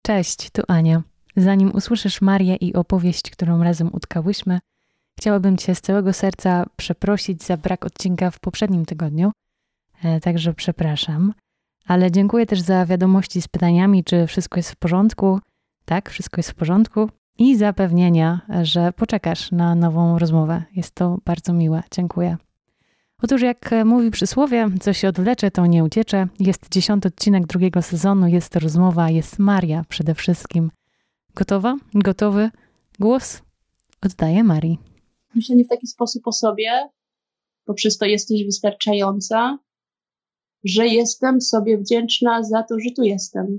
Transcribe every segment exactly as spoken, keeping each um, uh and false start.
Cześć, tu Ania. Zanim usłyszysz Marię i opowieść, którą razem utkałyśmy, chciałabym Cię z całego serca przeprosić za brak odcinka w poprzednim tygodniu, e, także przepraszam. Ale dziękuję też za wiadomości z pytaniami, czy wszystko jest w porządku. Tak, wszystko jest w porządku. I zapewnienia, że poczekasz na nową rozmowę. Jest to bardzo miłe. Dziękuję. Otóż jak mówi przysłowie, co się odwlecze, to nie uciecze. Jest dziesiąty odcinek drugiego sezonu, jest rozmowa, jest Maria przede wszystkim. Gotowa? Gotowy? Głos oddaję Marii. Myślenie w taki sposób o sobie, poprzez to jesteś wystarczająca, że jestem sobie wdzięczna za to, że tu jestem.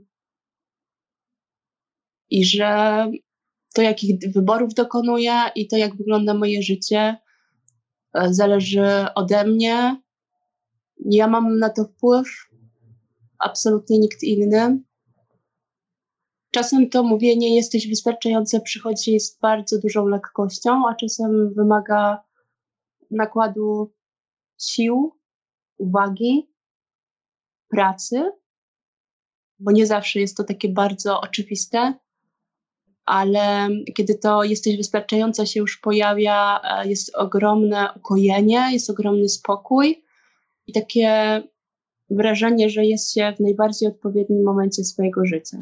I że to, jakich wyborów dokonuję i to, jak wygląda moje życie, zależy ode mnie. Ja mam na to wpływ, absolutnie nikt inny. Czasem to mówienie jesteś wystarczająca przychodzi z bardzo dużą lekkością, a czasem wymaga nakładu sił, uwagi, pracy, bo nie zawsze jest to takie bardzo oczywiste, ale kiedy to jesteś wystarczająca się już pojawia, jest ogromne ukojenie, jest ogromny spokój i takie wrażenie, że jest się w najbardziej odpowiednim momencie swojego życia.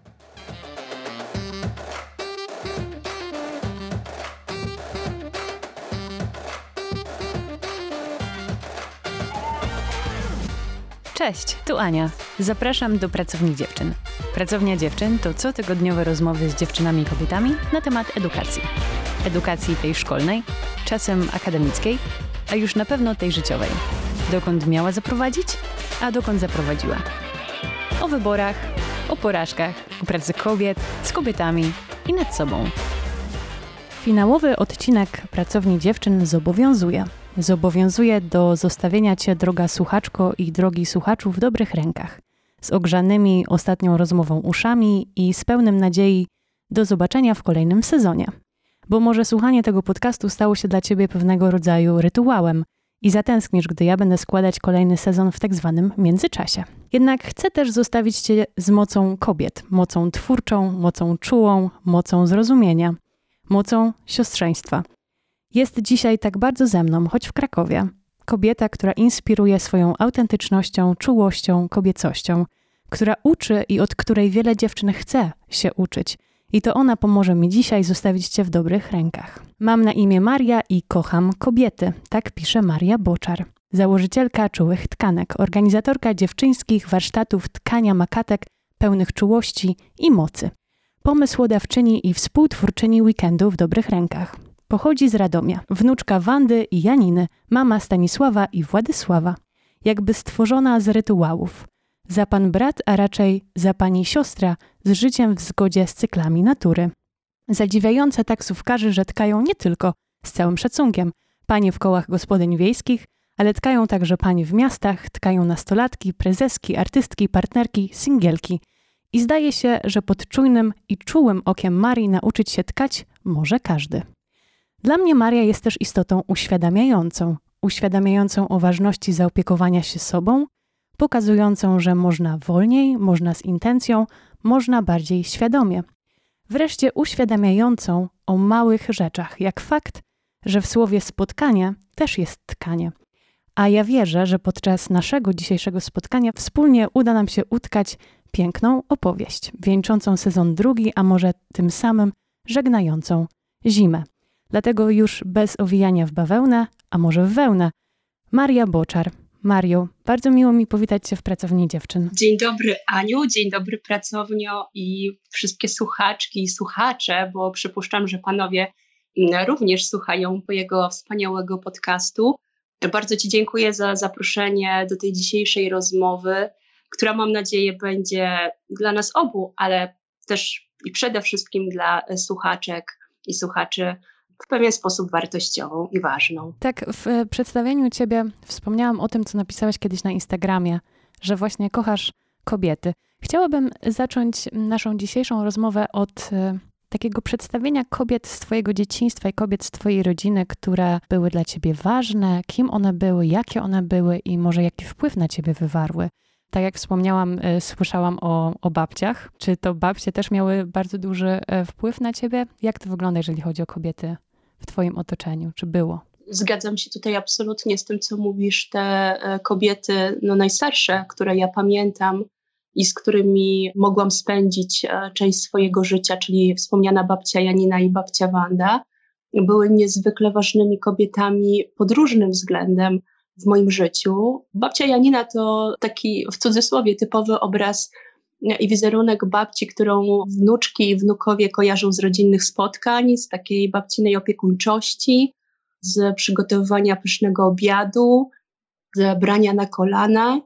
Cześć, tu Ania. Zapraszam do Pracowni Dziewczyn. Pracownia Dziewczyn to cotygodniowe rozmowy z dziewczynami i kobietami na temat edukacji. Edukacji tej szkolnej, czasem akademickiej, a już na pewno tej życiowej. Dokąd miała zaprowadzić, a dokąd zaprowadziła. O wyborach, o porażkach, o pracy kobiet, z kobietami i nad sobą. Finałowy odcinek Pracowni Dziewczyn zobowiązuje. Zobowiązuje do zostawienia Cię, droga słuchaczko i drogi słuchaczu, w dobrych rękach. Z ogrzanymi ostatnią rozmową uszami i z pełnym nadziei do zobaczenia w kolejnym sezonie. Bo może słuchanie tego podcastu stało się dla Ciebie pewnego rodzaju rytuałem i zatęsknisz, gdy ja będę składać kolejny sezon w tak zwanym międzyczasie. Jednak chcę też zostawić Cię z mocą kobiet, mocą twórczą, mocą czułą, mocą zrozumienia, mocą siostrzeństwa. Jest dzisiaj tak bardzo ze mną, choć w Krakowie. Kobieta, która inspiruje swoją autentycznością, czułością, kobiecością, która uczy i od której wiele dziewczyn chce się uczyć. I to ona pomoże mi dzisiaj zostawić Cię w dobrych rękach. Mam na imię Maria i kocham kobiety. Tak pisze Maria Boczar. Założycielka Czułych Tkanek, organizatorka dziewczyńskich warsztatów tkania makatek pełnych czułości i mocy. Pomysłodawczyni i współtwórczyni weekendu w dobrych rękach. Pochodzi z Radomia. Wnuczka Wandy i Janiny, mama Stanisława i Władysława. Jakby stworzona z rytuałów. Za pan brat, a raczej za pani siostra, z życiem w zgodzie z cyklami natury. Zadziwiające taksówkarzy, że tkają nie tylko, z całym szacunkiem, panie w kołach gospodyń wiejskich, ale tkają także panie w miastach, tkają nastolatki, prezeski, artystki, partnerki, singielki. I zdaje się, że pod czujnym i czułym okiem Marii nauczyć się tkać może każdy. Dla mnie Maria jest też istotą uświadamiającą, uświadamiającą o ważności zaopiekowania się sobą, pokazującą, że można wolniej, można z intencją, można bardziej świadomie. Wreszcie uświadamiającą o małych rzeczach, jak fakt, że w słowie spotkanie też jest tkanie. A ja wierzę, że podczas naszego dzisiejszego spotkania wspólnie uda nam się utkać piękną opowieść, wieńczącą sezon drugi, a może tym samym żegnającą zimę. Dlatego już bez owijania w bawełnę, a może w wełnę, Maria Boczar. Mario, bardzo miło mi powitać Cię w Pracowni Dziewczyn. Dzień dobry Aniu, dzień dobry pracownio i wszystkie słuchaczki i słuchacze, bo przypuszczam, że panowie również słuchają mojego wspaniałego podcastu. Bardzo Ci dziękuję za zaproszenie do tej dzisiejszej rozmowy, która mam nadzieję będzie dla nas obu, ale też i przede wszystkim dla słuchaczek i słuchaczy w pewien sposób wartościową i ważną. Tak, w przedstawieniu Ciebie wspomniałam o tym, co napisałaś kiedyś na Instagramie, że właśnie kochasz kobiety. Chciałabym zacząć naszą dzisiejszą rozmowę od takiego przedstawienia kobiet z Twojego dzieciństwa i kobiet z Twojej rodziny, które były dla Ciebie ważne, kim one były, jakie one były i może jaki wpływ na Ciebie wywarły. Tak jak wspomniałam, y, słyszałam o, o babciach. Czy to babcie też miały bardzo duży y, wpływ na ciebie? Jak to wygląda, jeżeli chodzi o kobiety w twoim otoczeniu? Czy było? Zgadzam się tutaj absolutnie z tym, co mówisz. Te e, kobiety, no najstarsze, które ja pamiętam i z którymi mogłam spędzić e, część swojego życia, czyli wspomniana babcia Janina i babcia Wanda, były niezwykle ważnymi kobietami pod różnym względem w moim życiu. Babcia Janina to taki w cudzysłowie typowy obraz i wizerunek babci, którą wnuczki i wnukowie kojarzą z rodzinnych spotkań, z takiej babcinej opiekuńczości, z przygotowywania pysznego obiadu, z brania na kolana.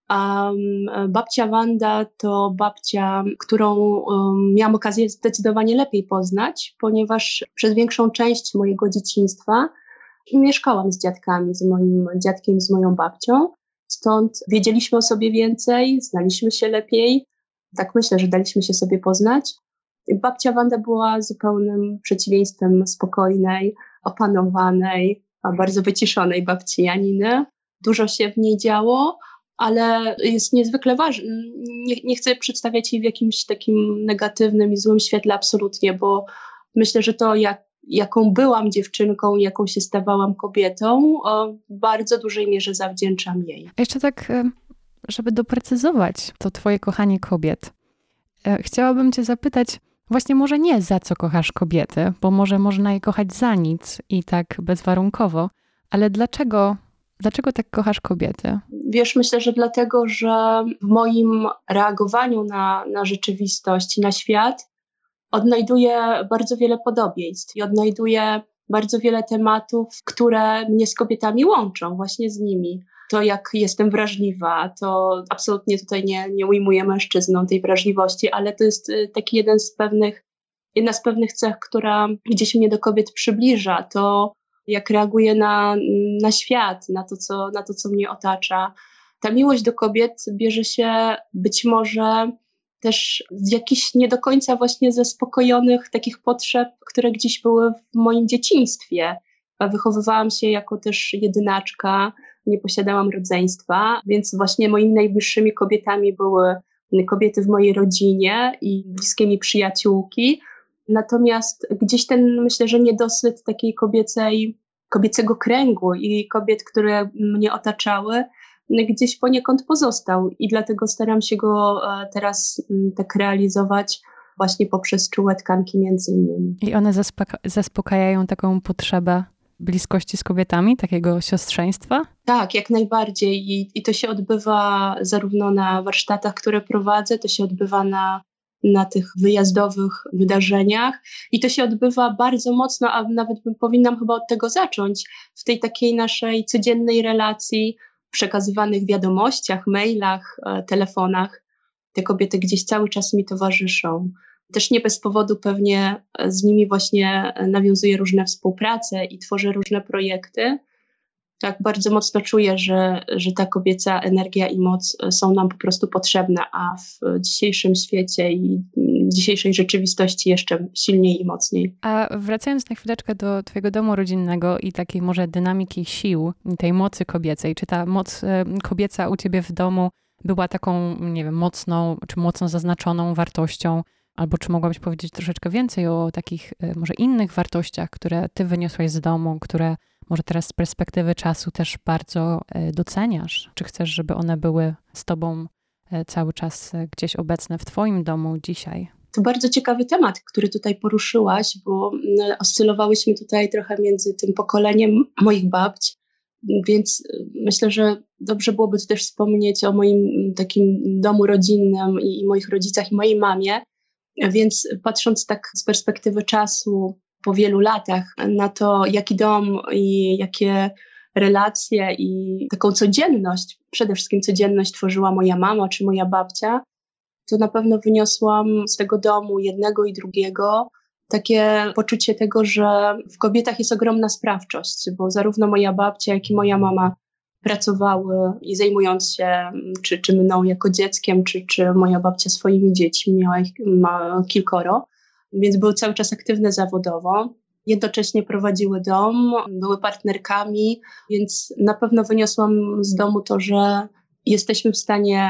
A babcia Wanda to babcia, którą um, miałam okazję zdecydowanie lepiej poznać, ponieważ przez większą część mojego dzieciństwa mieszkałam z dziadkami, z moim dziadkiem, z moją babcią. Stąd wiedzieliśmy o sobie więcej, znaliśmy się lepiej. Tak myślę, że daliśmy się sobie poznać. Babcia Wanda była zupełnym przeciwieństwem spokojnej, opanowanej, bardzo wyciszonej babci Janiny. Dużo się w niej działo, ale jest niezwykle ważna. Nie, nie chcę przedstawiać jej w jakimś takim negatywnym i złym świetle absolutnie, bo myślę, że to jak, jaką byłam dziewczynką, jaką się stawałam kobietą, w bardzo dużej mierze zawdzięczam jej. A jeszcze tak, żeby doprecyzować to twoje kochanie kobiet, chciałabym cię zapytać, właśnie może nie za co kochasz kobiety, bo może można je kochać za nic i tak bezwarunkowo, ale dlaczego, dlaczego tak kochasz kobiety? Wiesz, myślę, że dlatego, że w moim reagowaniu na, na rzeczywistość i na świat odnajduję bardzo wiele podobieństw i odnajduję bardzo wiele tematów, które mnie z kobietami łączą, właśnie z nimi. To, jak jestem wrażliwa, to absolutnie tutaj nie, nie ujmuję mężczyznom tej wrażliwości, ale to jest taki jeden z pewnych, jedna z pewnych cech, która gdzieś mnie do kobiet przybliża. To, jak reaguję na, na świat, na to, co, na to, co mnie otacza. Ta miłość do kobiet bierze się być może też z jakichś nie do końca właśnie zaspokojonych takich potrzeb, które gdzieś były w moim dzieciństwie. Wychowywałam się jako też jedynaczka, nie posiadałam rodzeństwa, więc właśnie moimi najbliższymi kobietami były kobiety w mojej rodzinie i bliskie mi przyjaciółki. Natomiast gdzieś ten, myślę, że niedosyt takiej kobiecej, kobiecego kręgu i kobiet, które mnie otaczały, gdzieś poniekąd pozostał i dlatego staram się go teraz tak realizować właśnie poprzez czułe tkanki między innymi. I one zaspok- zaspokajają taką potrzebę bliskości z kobietami, takiego siostrzeństwa? Tak, jak najbardziej. I, i to się odbywa zarówno na warsztatach, które prowadzę, to się odbywa na, na tych wyjazdowych wydarzeniach i to się odbywa bardzo mocno, a nawet powinnam chyba od tego zacząć, w tej takiej naszej codziennej relacji, przekazywanych wiadomościach, mailach, telefonach. Te kobiety gdzieś cały czas mi towarzyszą. Też nie bez powodu pewnie z nimi właśnie nawiązuję różne współprace i tworzę różne projekty. Tak bardzo mocno czuję, że, że ta kobieca energia i moc są nam po prostu potrzebne, a w dzisiejszym świecie i dzisiejszej rzeczywistości jeszcze silniej i mocniej. A wracając na chwileczkę do twojego domu rodzinnego i takiej może dynamiki sił, tej mocy kobiecej, czy ta moc kobieca u ciebie w domu była taką, nie wiem, mocną, czy mocno zaznaczoną wartością, albo czy mogłabyś powiedzieć troszeczkę więcej o takich może innych wartościach, które ty wyniosłaś z domu, które może teraz z perspektywy czasu też bardzo doceniasz? Czy chcesz, żeby one były z tobą cały czas gdzieś obecne w twoim domu dzisiaj? To bardzo ciekawy temat, który tutaj poruszyłaś, bo oscylowałyśmy tutaj trochę między tym pokoleniem moich babć, więc myślę, że dobrze byłoby tu też wspomnieć o moim takim domu rodzinnym i moich rodzicach i mojej mamie. Więc patrząc tak z perspektywy czasu po wielu latach na to, jaki dom i jakie relacje i taką codzienność, przede wszystkim codzienność tworzyła moja mama czy moja babcia, to na pewno wyniosłam z tego domu jednego i drugiego takie poczucie tego, że w kobietach jest ogromna sprawczość, bo zarówno moja babcia, jak i moja mama pracowały i zajmując się czy, czy mną jako dzieckiem, czy, czy moja babcia swoimi dziećmi, miała ich ma kilkoro, więc były cały czas aktywne zawodowo. Jednocześnie prowadziły dom, były partnerkami, więc na pewno wyniosłam z domu to, że jesteśmy w stanie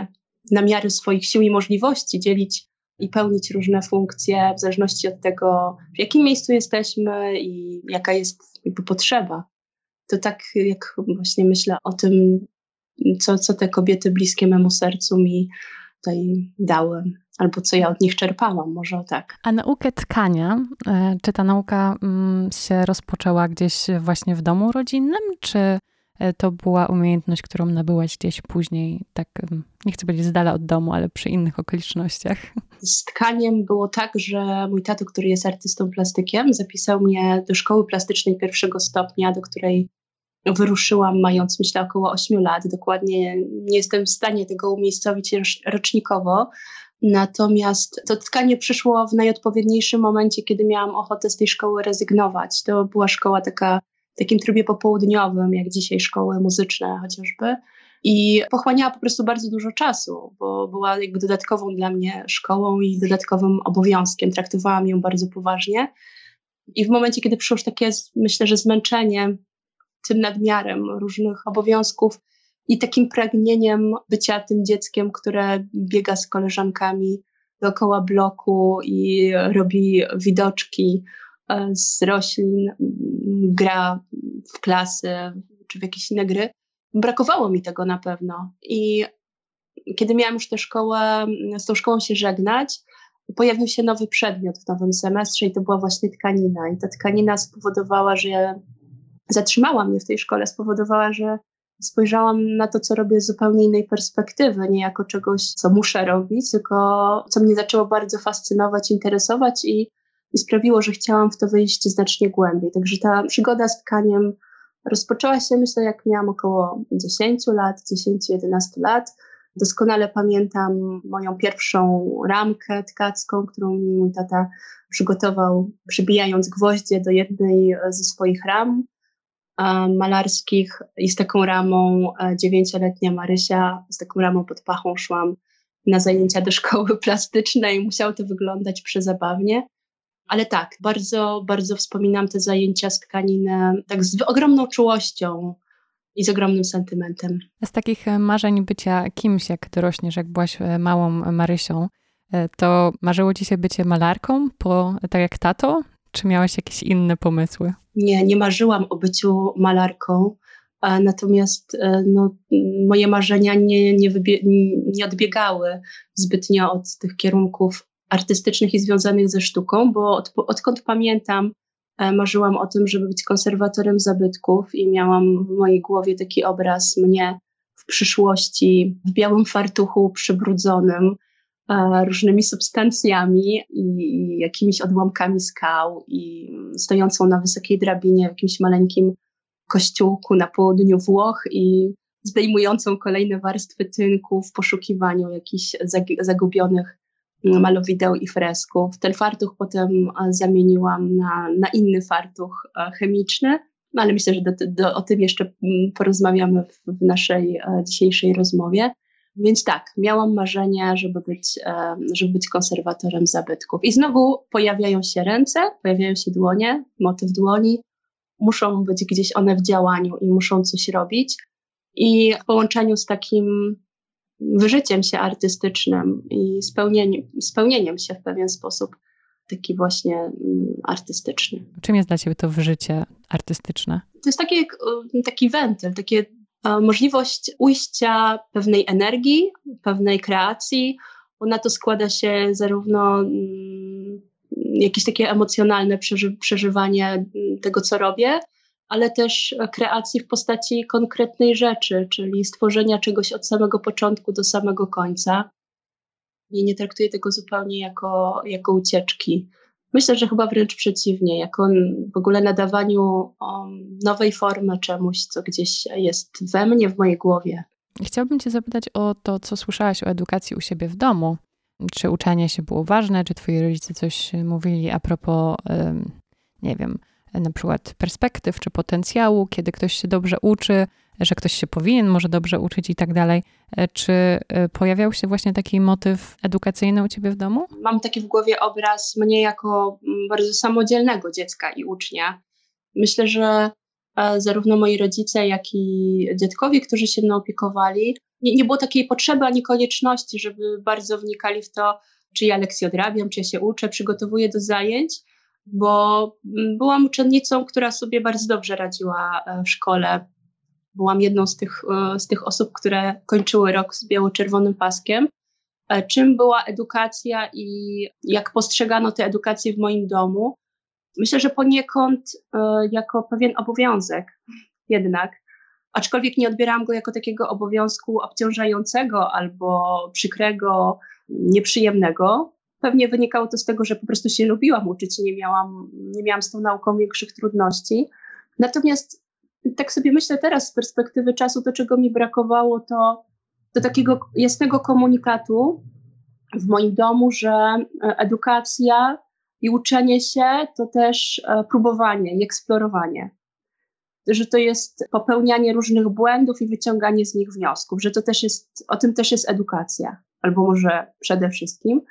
na miarę swoich sił i możliwości dzielić i pełnić różne funkcje w zależności od tego, w jakim miejscu jesteśmy i jaka jest jakby potrzeba. To tak jak właśnie myślę o tym, co, co te kobiety bliskie memu sercu mi tutaj dały, albo co ja od nich czerpałam, może o tak. A naukę tkania, czy ta nauka się rozpoczęła gdzieś właśnie w domu rodzinnym, czy to była umiejętność, którą nabyłaś gdzieś później, tak nie chcę powiedzieć z dala od domu, ale przy innych okolicznościach? Z tkaniem było tak, że mój tato, który jest artystą plastykiem, zapisał mnie do szkoły plastycznej pierwszego stopnia, do której wyruszyłam mając, myślę, około ośmiu lat. Dokładnie nie jestem w stanie tego umiejscowić rocznikowo. Natomiast to tkanie przyszło w najodpowiedniejszym momencie, kiedy miałam ochotę z tej szkoły rezygnować. To była szkoła taka w takim trybie popołudniowym, jak dzisiaj szkoły muzyczne chociażby. I pochłaniała po prostu bardzo dużo czasu, bo była jakby dodatkową dla mnie szkołą i dodatkowym obowiązkiem. Traktowałam ją bardzo poważnie. I w momencie, kiedy przyszło już takie, myślę, że zmęczenie tym nadmiarem różnych obowiązków i takim pragnieniem bycia tym dzieckiem, które biega z koleżankami dookoła bloku i robi widoczki z roślin, gra w klasy czy w jakieś inne gry. Brakowało mi tego na pewno. I kiedy miałam już tę szkołę, z tą szkołą się żegnać, pojawił się nowy przedmiot w nowym semestrze i to była właśnie tkanina. I ta tkanina spowodowała, że zatrzymała mnie w tej szkole, spowodowała, że spojrzałam na to, co robię z zupełnie innej perspektywy, nie jako czegoś, co muszę robić, tylko co mnie zaczęło bardzo fascynować, interesować i, i sprawiło, że chciałam w to wejść znacznie głębiej. Także ta przygoda z tkaniem rozpoczęła się, myślę, jak miałam około dziesięciu lat, dziesięć jedenaście lat. Doskonale pamiętam moją pierwszą ramkę tkacką, którą mi mój tata przygotował, przybijając gwoździe do jednej ze swoich ram malarskich i z taką ramą dziewięcioletnia Marysia, z taką ramą pod pachą szłam na zajęcia do szkoły plastycznej. Musiało to wyglądać przezabawnie. Ale tak, bardzo, bardzo wspominam te zajęcia z tkaniny tak z ogromną czułością i z ogromnym sentymentem. Z takich marzeń bycia kimś, jak dorośniesz, jak byłaś małą Marysią, to marzyło ci się bycie malarką, po, tak jak tato? Czy miałaś jakieś inne pomysły? Nie, nie marzyłam o byciu malarką, natomiast no, moje marzenia nie, nie, wybie- nie odbiegały zbytnio od tych kierunków artystycznych i związanych ze sztuką, bo od, odkąd pamiętam, marzyłam o tym, żeby być konserwatorem zabytków i miałam w mojej głowie taki obraz mnie w przyszłości w białym fartuchu przybrudzonym różnymi substancjami i jakimiś odłamkami skał i stojącą na wysokiej drabinie w jakimś maleńkim kościółku na południu Włoch i zdejmującą kolejne warstwy tynku w poszukiwaniu jakichś zagubionych malowideł i fresków. Ten fartuch potem zamieniłam na, na inny fartuch chemiczny, no ale myślę, że do, do, o tym jeszcze porozmawiamy w, w naszej dzisiejszej rozmowie. Więc tak, miałam marzenie, żeby być, żeby być konserwatorem zabytków. I znowu pojawiają się ręce, pojawiają się dłonie, motyw dłoni. Muszą być gdzieś one w działaniu i muszą coś robić. I w połączeniu z takim wyżyciem się artystycznym i spełnieniem, spełnieniem się w pewien sposób taki właśnie artystyczny. Czym jest dla ciebie to wyżycie artystyczne? To jest taki, taki wentyl, takie możliwość ujścia pewnej energii, pewnej kreacji, bo na to składa się zarówno jakieś takie emocjonalne przeży- przeżywanie tego, co robię, ale też kreacji w postaci konkretnej rzeczy, czyli stworzenia czegoś od samego początku do samego końca. I nie traktuję tego zupełnie jako, jako ucieczki. Myślę, że chyba wręcz przeciwnie, jako w ogóle nadawaniu nowej formy czemuś, co gdzieś jest we mnie, w mojej głowie. Chciałabym cię zapytać o to, co słyszałaś o edukacji u siebie w domu. Czy uczenie się było ważne? Czy twoi rodzice coś mówili a propos, nie wiem, na przykład perspektyw czy potencjału, kiedy ktoś się dobrze uczy, że ktoś się powinien może dobrze uczyć i tak dalej. Czy pojawiał się właśnie taki motyw edukacyjny u ciebie w domu? Mam taki w głowie obraz mnie jako bardzo samodzielnego dziecka i ucznia. Myślę, że zarówno moi rodzice, jak i dziadkowie, którzy się mną opiekowali. Nie, nie było takiej potrzeby ani konieczności, żeby bardzo wnikali w to, czy ja lekcje odrabiam, czy ja się uczę, przygotowuję do zajęć, bo byłam uczennicą, która sobie bardzo dobrze radziła w szkole. Byłam jedną z tych, z tych osób, które kończyły rok z biało-czerwonym paskiem. Czym była edukacja i jak postrzegano tę edukację w moim domu? Myślę, że poniekąd jako pewien obowiązek jednak, aczkolwiek nie odbierałam go jako takiego obowiązku obciążającego albo przykrego, nieprzyjemnego. Pewnie wynikało to z tego, że po prostu się lubiłam uczyć i nie miałam, nie miałam z tą nauką większych trudności. Natomiast tak sobie myślę teraz z perspektywy czasu, to czego mi brakowało, to do takiego jasnego komunikatu w moim domu, że edukacja i uczenie się to też próbowanie i eksplorowanie. Że to jest popełnianie różnych błędów i wyciąganie z nich wniosków, że to też jest, o tym też jest edukacja, albo może przede wszystkim.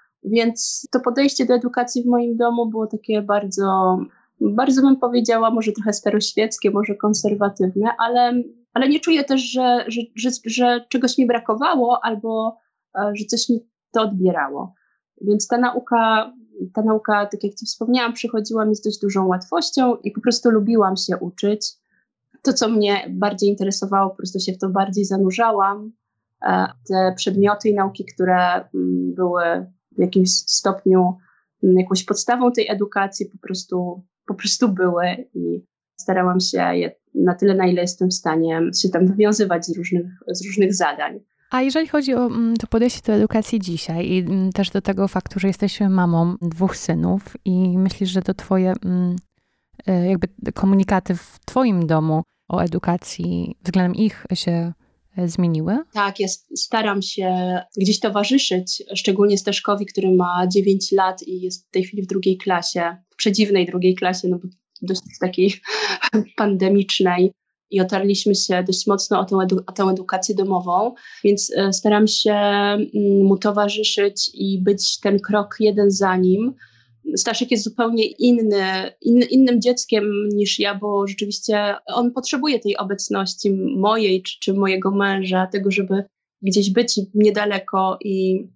Więc to podejście do edukacji w moim domu było takie bardzo, bardzo bym powiedziała, może trochę staroświeckie, może konserwatywne, ale, ale nie czuję też, że, że, że, że czegoś mi brakowało albo że coś mi to odbierało. Więc ta nauka, ta nauka, tak jak ci wspomniałam, przychodziła mi z dość dużą łatwością i po prostu lubiłam się uczyć. To, co mnie bardziej interesowało, po prostu się w to bardziej zanurzałam. Te przedmioty i nauki, które były w jakimś stopniu jakąś podstawą tej edukacji, po prostu, po prostu były i starałam się je na tyle, na ile jestem w stanie się tam wywiązywać z różnych, z różnych zadań. A jeżeli chodzi o to podejście do edukacji dzisiaj i też do tego faktu, że jesteś mamą dwóch synów i myślisz, że to twoje jakby komunikaty w twoim domu o edukacji względem ich się zmieniły? Tak, ja staram się gdzieś towarzyszyć, szczególnie Staszkowi, który ma dziewięć lat i jest w tej chwili w drugiej klasie, w przedziwnej drugiej klasie, no bo dość takiej pandemicznej i otarliśmy się dość mocno o tę, edu- o tę edukację domową, więc staram się mu towarzyszyć i być ten krok jeden za nim. Staszek jest zupełnie inny, inny, innym dzieckiem niż ja, bo rzeczywiście on potrzebuje tej obecności mojej czy, czy mojego męża, tego, żeby gdzieś być niedaleko i,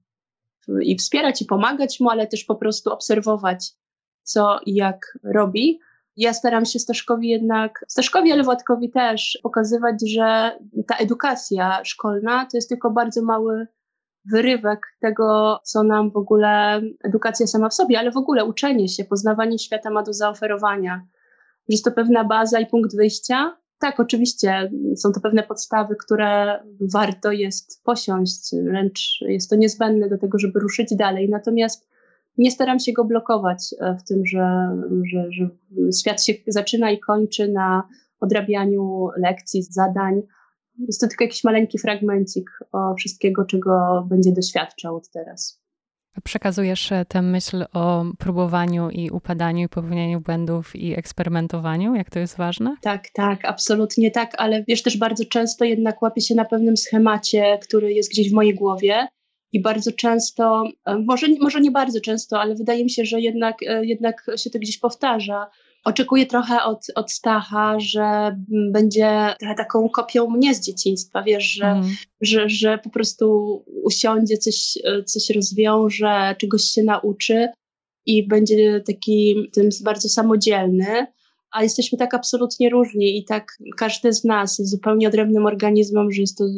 i wspierać i pomagać mu, ale też po prostu obserwować, co i jak robi. Ja staram się Staszkowi jednak, Staszkowi, ale Władkowi też pokazywać, że ta edukacja szkolna to jest tylko bardzo mały wyrywek tego, co nam w ogóle edukacja sama w sobie, ale w ogóle uczenie się, poznawanie świata ma do zaoferowania. Że jest to pewna baza i punkt wyjścia. Tak, oczywiście są to pewne podstawy, które warto jest posiąść, wręcz jest to niezbędne do tego, żeby ruszyć dalej. Natomiast nie staram się go blokować w tym, że, że, że świat się zaczyna i kończy na odrabianiu lekcji, zadań. Jest to tylko jakiś maleńki fragmencik o wszystkiego, czego będzie doświadczał od teraz. Przekazujesz tę myśl o próbowaniu i upadaniu, i popełnianiu błędów i eksperymentowaniu, jak to jest ważne? Tak, tak, absolutnie tak, ale wiesz, też bardzo często jednak łapię się na pewnym schemacie, który jest gdzieś w mojej głowie i bardzo często, może, może nie bardzo często, ale wydaje mi się, że jednak, jednak się to gdzieś powtarza. Oczekuję trochę od, od Stacha, że będzie trochę taką kopią mnie z dzieciństwa, wiesz, że, mm. że, że po prostu usiądzie, coś, coś rozwiąże, czegoś się nauczy i będzie taki tym bardzo samodzielny, a jesteśmy tak absolutnie różni i tak każdy z nas jest zupełnie odrębnym organizmem, że jest to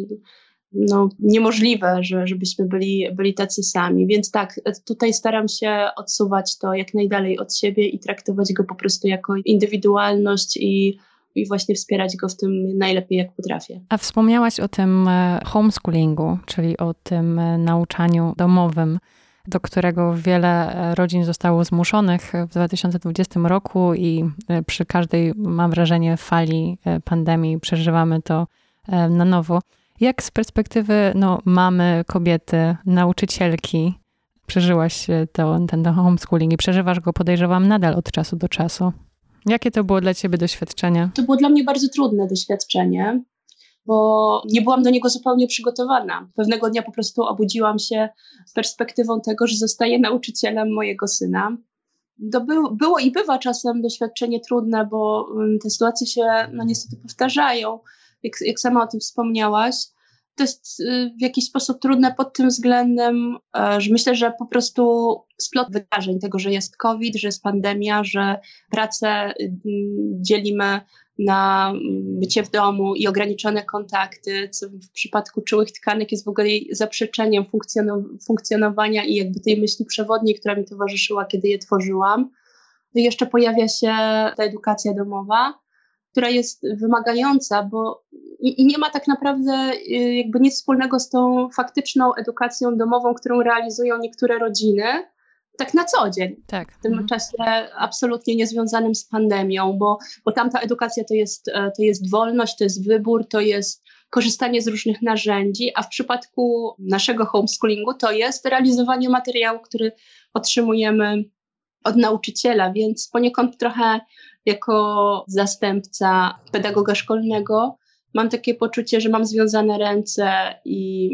no, niemożliwe, że, żebyśmy byli, byli tacy sami. Więc tak, tutaj staram się odsuwać to jak najdalej od siebie i traktować go po prostu jako indywidualność i, i właśnie wspierać go w tym najlepiej, jak potrafię. A wspomniałaś o tym homeschoolingu, czyli o tym nauczaniu domowym, do którego wiele rodzin zostało zmuszonych w dwa tysiące dwudziestym roku i przy każdej, mam wrażenie, fali pandemii przeżywamy to na nowo. Jak z perspektywy no, mamy, kobiety, nauczycielki przeżyłaś to, ten homeschooling i przeżywasz go, podejrzewam, nadal od czasu do czasu? Jakie to było dla ciebie doświadczenie? To było dla mnie bardzo trudne doświadczenie, bo nie byłam do niego zupełnie przygotowana. Pewnego dnia po prostu obudziłam się z perspektywą tego, że zostaję nauczycielem mojego syna. To był, było i bywa czasem doświadczenie trudne, bo te sytuacje się no niestety powtarzają, jak, jak sama o tym wspomniałaś. To jest w jakiś sposób trudne pod tym względem, że myślę, że po prostu splot wydarzeń, tego, że jest COVID, że jest pandemia, że pracę dzielimy na bycie w domu i ograniczone kontakty, co w przypadku czułych tkanek jest w ogóle zaprzeczeniem funkcjonow- funkcjonowania i jakby tej myśli przewodniej, która mi towarzyszyła, kiedy je tworzyłam. I jeszcze pojawia się ta edukacja domowa, która jest wymagająca, bo i, i nie ma tak naprawdę y, jakby nic wspólnego z tą faktyczną edukacją domową, którą realizują niektóre rodziny, tak na co dzień. Tak. W tym mhm. czasie absolutnie niezwiązanym z pandemią, bo, bo tamta edukacja to jest, to jest wolność, to jest wybór, to jest korzystanie z różnych narzędzi, a w przypadku naszego homeschoolingu to jest realizowanie materiału, który otrzymujemy od nauczyciela, więc poniekąd trochę jako zastępca pedagoga szkolnego mam takie poczucie, że mam związane ręce i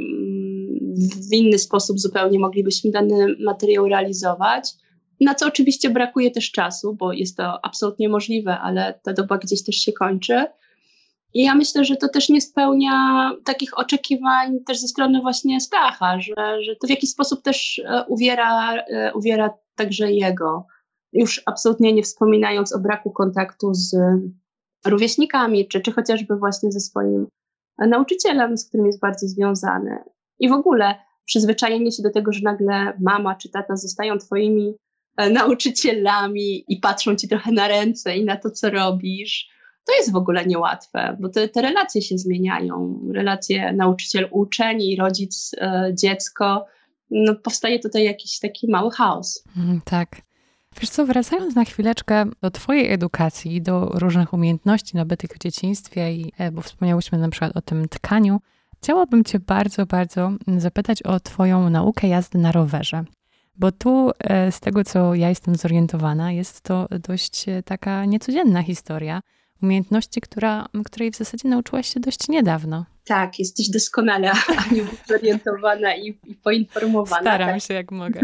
w inny sposób zupełnie moglibyśmy dany materiał realizować, na co oczywiście brakuje też czasu, bo jest to absolutnie możliwe, ale ta doba gdzieś też się kończy. I ja myślę, że to też nie spełnia takich oczekiwań też ze strony właśnie Stacha, że, że to w jakiś sposób też uwiera, uwiera także jego. Już absolutnie nie wspominając o braku kontaktu z rówieśnikami, czy, czy chociażby właśnie ze swoim nauczycielem, z którym jest bardzo związany. I w ogóle przyzwyczajenie się do tego, że nagle mama czy tata zostają twoimi nauczycielami i patrzą ci trochę na ręce i na to, co robisz, to jest w ogóle niełatwe, bo te, te relacje się zmieniają. Relacje nauczyciel-uczeń i rodzic-dziecko. No, powstaje tutaj jakiś taki mały chaos. Mm, tak. Wiesz co, wracając na chwileczkę do twojej edukacji, do różnych umiejętności nabytych w dzieciństwie, i, bo wspomniałyśmy na przykład o tym tkaniu, chciałabym cię bardzo, bardzo zapytać o twoją naukę jazdy na rowerze. Bo tu z tego, co ja jestem zorientowana, jest to dość taka niecodzienna historia umiejętności, która, której w zasadzie nauczyłaś się dość niedawno. Tak, jesteś doskonale, Aniu, zorientowana i, i poinformowana. Staram tak. się jak mogę.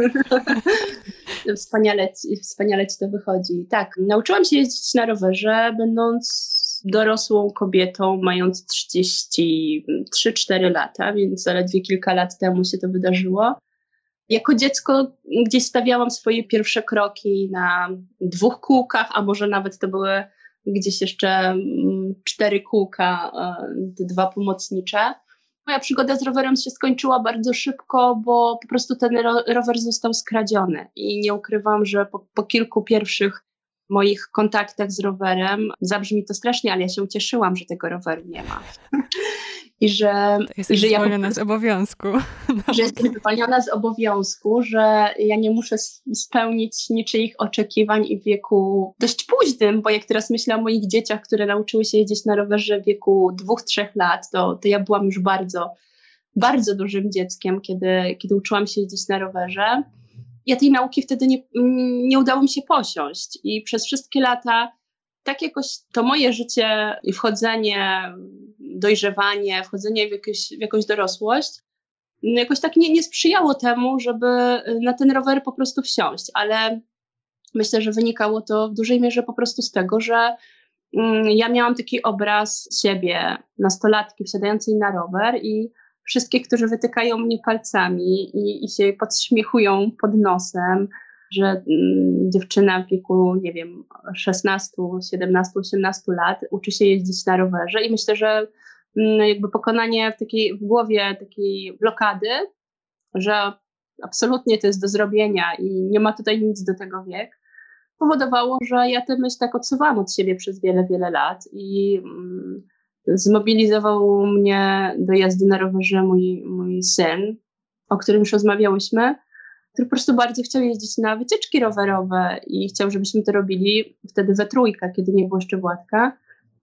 Wspaniale, wspaniale ci to wychodzi. Tak, nauczyłam się jeździć na rowerze, będąc dorosłą kobietą, mając trzydzieści trzy cztery lata, więc zaledwie kilka lat temu się to wydarzyło. Jako dziecko gdzieś stawiałam swoje pierwsze kroki na dwóch kółkach, a może nawet to były gdzieś jeszcze cztery kółka, te dwa pomocnicze. Moja przygoda z rowerem się skończyła bardzo szybko, bo po prostu ten rower został skradziony i nie ukrywam, że po, po kilku pierwszych moich kontaktach z rowerem, zabrzmi to strasznie, ale ja się ucieszyłam, że tego roweru nie ma. I że, Jesteś i że zwolniona ja z obowiązku. Że jestem zwolniona z obowiązku, że ja nie muszę spełnić niczyich oczekiwań i w wieku dość późnym, bo jak teraz myślę o moich dzieciach, które nauczyły się jeździć na rowerze w wieku dwóch, trzech lat, to, to ja byłam już bardzo, bardzo dużym dzieckiem, kiedy, kiedy uczyłam się jeździć na rowerze. Ja tej nauki wtedy nie, nie udało mi się posiąść i przez wszystkie lata tak jakoś to moje życie i wchodzenie, dojrzewanie, wchodzenie w, jakieś, w jakąś dorosłość jakoś tak nie, nie sprzyjało temu, żeby na ten rower po prostu wsiąść, ale myślę, że wynikało to w dużej mierze po prostu z tego, że mm, ja miałam taki obraz siebie, nastolatki wsiadającej na rower i wszystkich, którzy wytykają mnie palcami i, i się podśmiechują pod nosem, że mm, dziewczyna w wieku, nie wiem, szesnaście, siedemnaście, osiemnaście lat uczy się jeździć na rowerze i myślę, że mm, jakby pokonanie w, takiej, w głowie takiej blokady, że absolutnie to jest do zrobienia i nie ma tutaj nic do tego wiek, powodowało, że ja tę myśl tak odsuwałam od siebie przez wiele, wiele lat i mm, zmobilizował mnie do jazdy na rowerze mój, mój syn, o którym już rozmawiałyśmy, który po prostu bardzo chciał jeździć na wycieczki rowerowe i chciał, żebyśmy to robili wtedy we trójkę, kiedy nie było jeszcze Władka.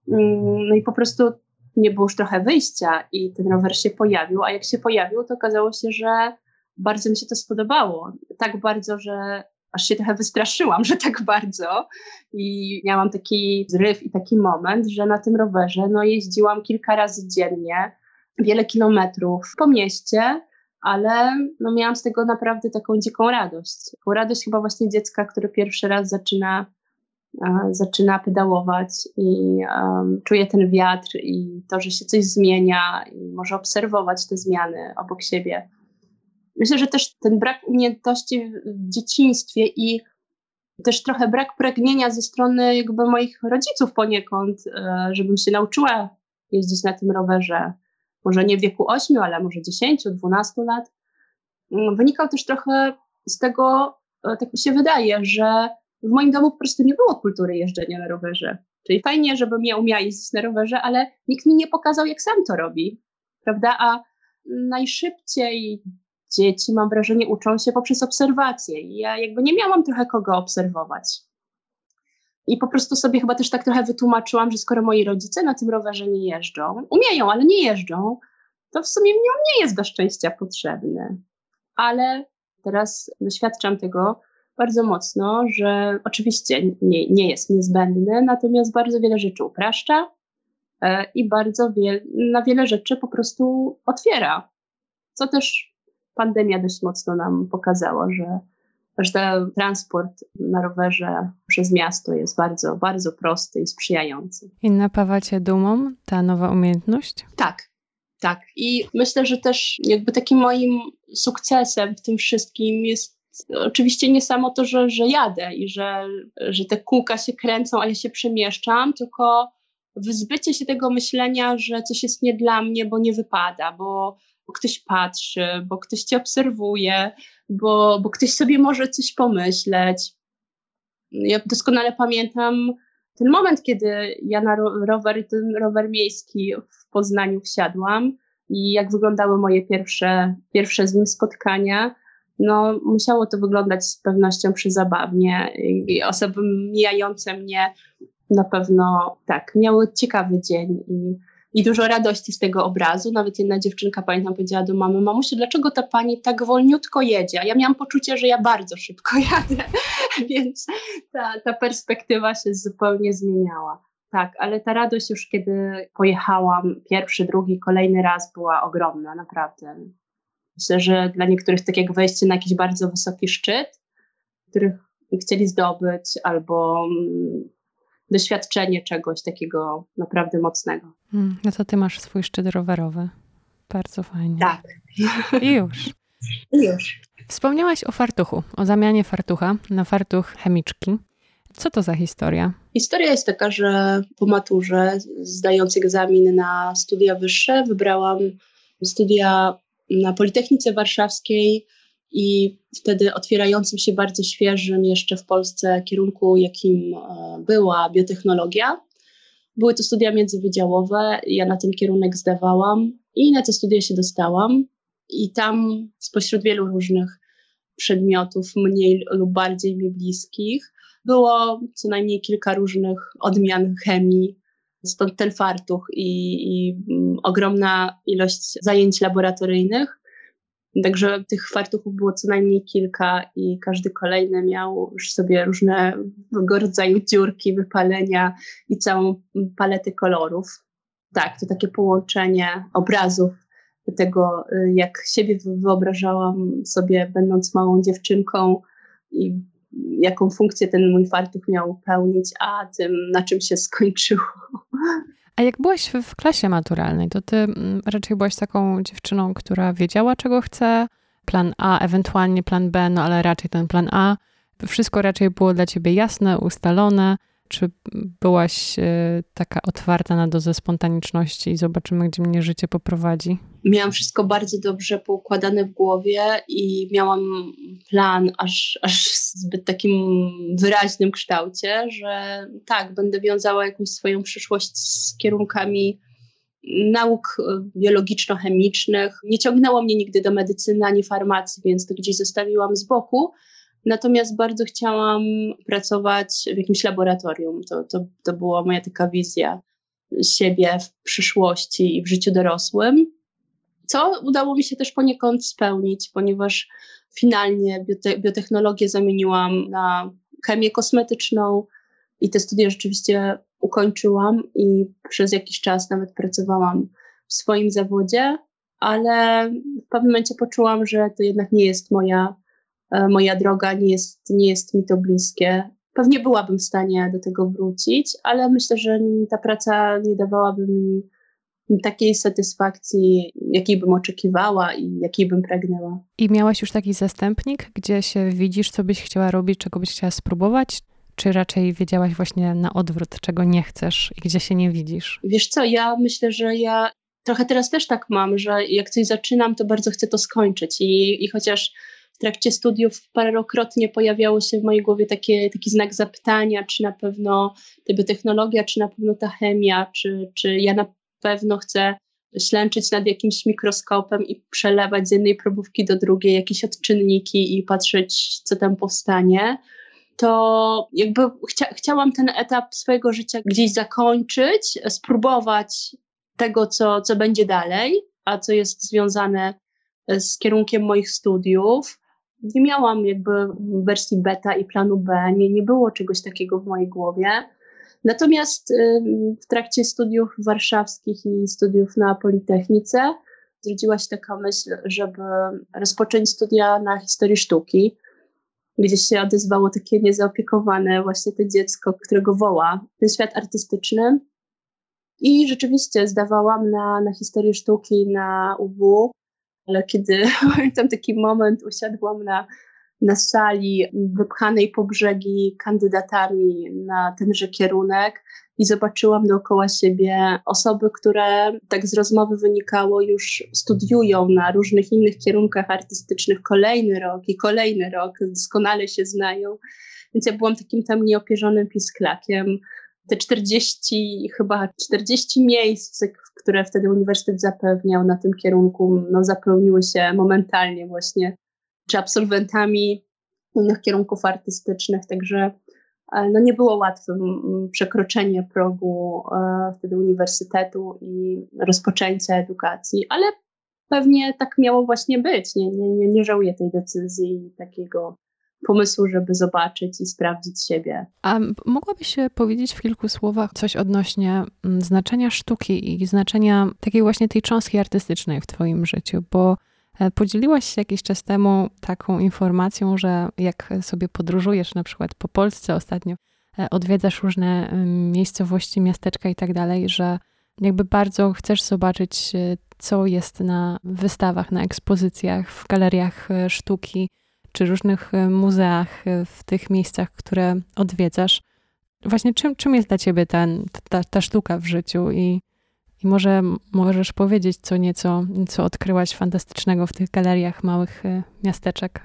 No i po prostu nie było już trochę wyjścia i ten rower się pojawił, a jak się pojawił, to okazało się, że bardzo mi się to spodobało. Tak bardzo, że aż się trochę wystraszyłam, że tak bardzo i miałam taki zryw i taki moment, że na tym rowerze no, jeździłam kilka razy dziennie, wiele kilometrów po mieście, ale no miałam z tego naprawdę taką dziką radość. Taką radość chyba właśnie dziecka, które pierwszy raz zaczyna, e, zaczyna pedałować i um, czuje ten wiatr i to, że się coś zmienia i może obserwować te zmiany obok siebie. Myślę, że też ten brak umiejętności w, w dzieciństwie i też trochę brak pragnienia ze strony jakby moich rodziców poniekąd, e, żebym się nauczyła jeździć na tym rowerze. Może nie w wieku ośmiu, ale może dziesięciu, dwunastu lat. Wynikał też trochę z tego, tak mi się wydaje, że w moim domu po prostu nie było kultury jeżdżenia na rowerze. Czyli fajnie, żebym ja umiała jeździć na rowerze, ale nikt mi nie pokazał, jak sam to robi, prawda? A najszybciej dzieci, mam wrażenie, uczą się poprzez obserwacje. I ja jakby nie miałam trochę kogo obserwować. I po prostu sobie chyba też tak trochę wytłumaczyłam, że skoro moi rodzice na tym rowerze nie jeżdżą, umieją, ale nie jeżdżą, to w sumie mnie on nie jest do szczęścia potrzebny. Ale teraz doświadczam tego bardzo mocno, że oczywiście nie, nie jest niezbędny, natomiast bardzo wiele rzeczy upraszcza e, i bardzo wie, na wiele rzeczy po prostu otwiera. Co też pandemia dość mocno nam pokazała, że że ten transport na rowerze przez miasto jest bardzo, bardzo prosty i sprzyjający. I napawa cię dumą ta nowa umiejętność? Tak, tak. I myślę, że też jakby takim moim sukcesem w tym wszystkim jest oczywiście nie samo to, że, że jadę i że, że te kółka się kręcą, a ja się przemieszczam, tylko wyzbycie się tego myślenia, że coś jest nie dla mnie, bo nie wypada, bo bo ktoś patrzy, bo ktoś cię obserwuje, bo, bo ktoś sobie może coś pomyśleć. Ja doskonale pamiętam ten moment, kiedy ja na rower, ten rower miejski w Poznaniu wsiadłam i jak wyglądały moje pierwsze, pierwsze z nim spotkania. No, musiało to wyglądać z pewnością przezabawnie i osoby mijające mnie na pewno tak, miały ciekawy dzień i I dużo radości z tego obrazu. Nawet jedna dziewczynka, pamiętam, powiedziała do mamy: mamusiu, dlaczego ta pani tak wolniutko jedzie? A ja miałam poczucie, że ja bardzo szybko jadę, więc ta, ta perspektywa się zupełnie zmieniała. Tak, ale ta radość już kiedy pojechałam pierwszy, drugi, kolejny raz była ogromna, naprawdę. Myślę, że dla niektórych tak jak wejście na jakiś bardzo wysoki szczyt, których chcieli zdobyć, albo doświadczenie czegoś takiego naprawdę mocnego. Hmm, no to ty masz swój szczyt rowerowy. Bardzo fajnie. Tak. I już. I już. Wspomniałaś o fartuchu, o zamianie fartucha na fartuch chemiczki. Co to za historia? Historia jest taka, że po maturze, zdając egzamin na studia wyższe, wybrałam studia na Politechnice Warszawskiej i wtedy otwierającym się bardzo świeżym jeszcze w Polsce kierunku, jakim była biotechnologia. Były to studia międzywydziałowe, ja na ten kierunek zdawałam i na te studia się dostałam. I tam spośród wielu różnych przedmiotów, mniej lub bardziej mi bliskich, było co najmniej kilka różnych odmian chemii, stąd ten fartuch i, i ogromna ilość zajęć laboratoryjnych. Także tych fartuchów było co najmniej kilka i każdy kolejny miał już sobie różnego rodzaju dziurki, wypalenia i całą paletę kolorów. Tak, to takie połączenie obrazów tego, jak siebie wyobrażałam sobie, będąc małą dziewczynką i jaką funkcję ten mój fartuch miał pełnić, a tym, na czym się skończyło. A jak byłaś w klasie maturalnej, to ty raczej byłaś taką dziewczyną, która wiedziała, czego chce, plan A, ewentualnie plan B, no ale raczej ten plan A. Wszystko raczej było dla ciebie jasne, ustalone. Czy byłaś taka otwarta na dozę spontaniczności i zobaczymy, gdzie mnie życie poprowadzi? Miałam wszystko bardzo dobrze poukładane w głowie i miałam plan aż, aż w zbyt takim wyraźnym kształcie, że tak, będę wiązała jakąś swoją przyszłość z kierunkami nauk biologiczno-chemicznych. Nie ciągnęło mnie nigdy do medycyny ani farmacji, więc to gdzieś zostawiłam z boku. Natomiast bardzo chciałam pracować w jakimś laboratorium. To, to, to była moja taka wizja siebie w przyszłości i w życiu dorosłym, co udało mi się też poniekąd spełnić, ponieważ finalnie biote- biotechnologię zamieniłam na chemię kosmetyczną i te studia rzeczywiście ukończyłam i przez jakiś czas nawet pracowałam w swoim zawodzie, ale w pewnym momencie poczułam, że to jednak nie jest moja, moja droga, nie jest, nie jest mi to bliskie. Pewnie byłabym w stanie do tego wrócić, ale myślę, że ta praca nie dawałaby mi takiej satysfakcji, jakiej bym oczekiwała i jakiej bym pragnęła. I miałaś już taki zastępnik, gdzie się widzisz, co byś chciała robić, czego byś chciała spróbować? Czy raczej wiedziałaś właśnie na odwrót, czego nie chcesz i gdzie się nie widzisz? Wiesz co, ja myślę, że ja trochę teraz też tak mam, że jak coś zaczynam, to bardzo chcę to skończyć i, i chociaż w trakcie studiów parokrotnie pojawiało się w mojej głowie takie, taki znak zapytania, czy na pewno ta biotechnologia, czy na pewno ta chemia, czy, czy ja na pewno chcę ślęczyć nad jakimś mikroskopem i przelewać z jednej probówki do drugiej jakieś odczynniki i patrzeć, co tam powstanie, to jakby chcia, chciałam ten etap swojego życia gdzieś zakończyć, spróbować tego, co, co będzie dalej, a co jest związane z kierunkiem moich studiów. Nie miałam jakby wersji beta i planu B, nie, nie było czegoś takiego w mojej głowie. Natomiast w trakcie studiów warszawskich i studiów na Politechnice zrodziła się taka myśl, żeby rozpocząć studia na historii sztuki. Gdzieś się odezwało takie niezaopiekowane właśnie to dziecko, którego woła ten świat artystyczny. I rzeczywiście zdawałam na, na historię sztuki na U W, ale kiedy pamiętam taki moment, usiadłam na, na sali wypchanej po brzegi kandydatami na tenże kierunek i zobaczyłam dookoła siebie osoby, które, tak z rozmowy wynikało, już studiują na różnych innych kierunkach artystycznych kolejny rok i kolejny rok, doskonale się znają. Więc ja byłam takim tam nieopierzonym pisklakiem. Te czterdzieści, chyba czterdzieści miejsc, które wtedy uniwersytet zapewniał na tym kierunku, no zapełniły się momentalnie właśnie, czy absolwentami innych kierunków artystycznych, także no nie było łatwe przekroczenie progu e, wtedy uniwersytetu i rozpoczęcia edukacji, ale pewnie tak miało właśnie być. Nie, nie, nie, nie żałuję tej decyzji, takiego pomysłu, żeby zobaczyć i sprawdzić siebie. A mogłabyś powiedzieć w kilku słowach coś odnośnie znaczenia sztuki i znaczenia takiej właśnie tej cząstki artystycznej w twoim życiu, bo podzieliłaś się jakiś czas temu taką informacją, że jak sobie podróżujesz na przykład po Polsce ostatnio, odwiedzasz różne miejscowości, miasteczka i tak dalej, że jakby bardzo chcesz zobaczyć, co jest na wystawach, na ekspozycjach, w galeriach sztuki, czy różnych muzeach w tych miejscach, które odwiedzasz. Właśnie czym, czym jest dla ciebie ten, ta, ta sztuka w życiu i, i może możesz powiedzieć co nieco, co odkryłaś fantastycznego w tych galeriach małych miasteczek?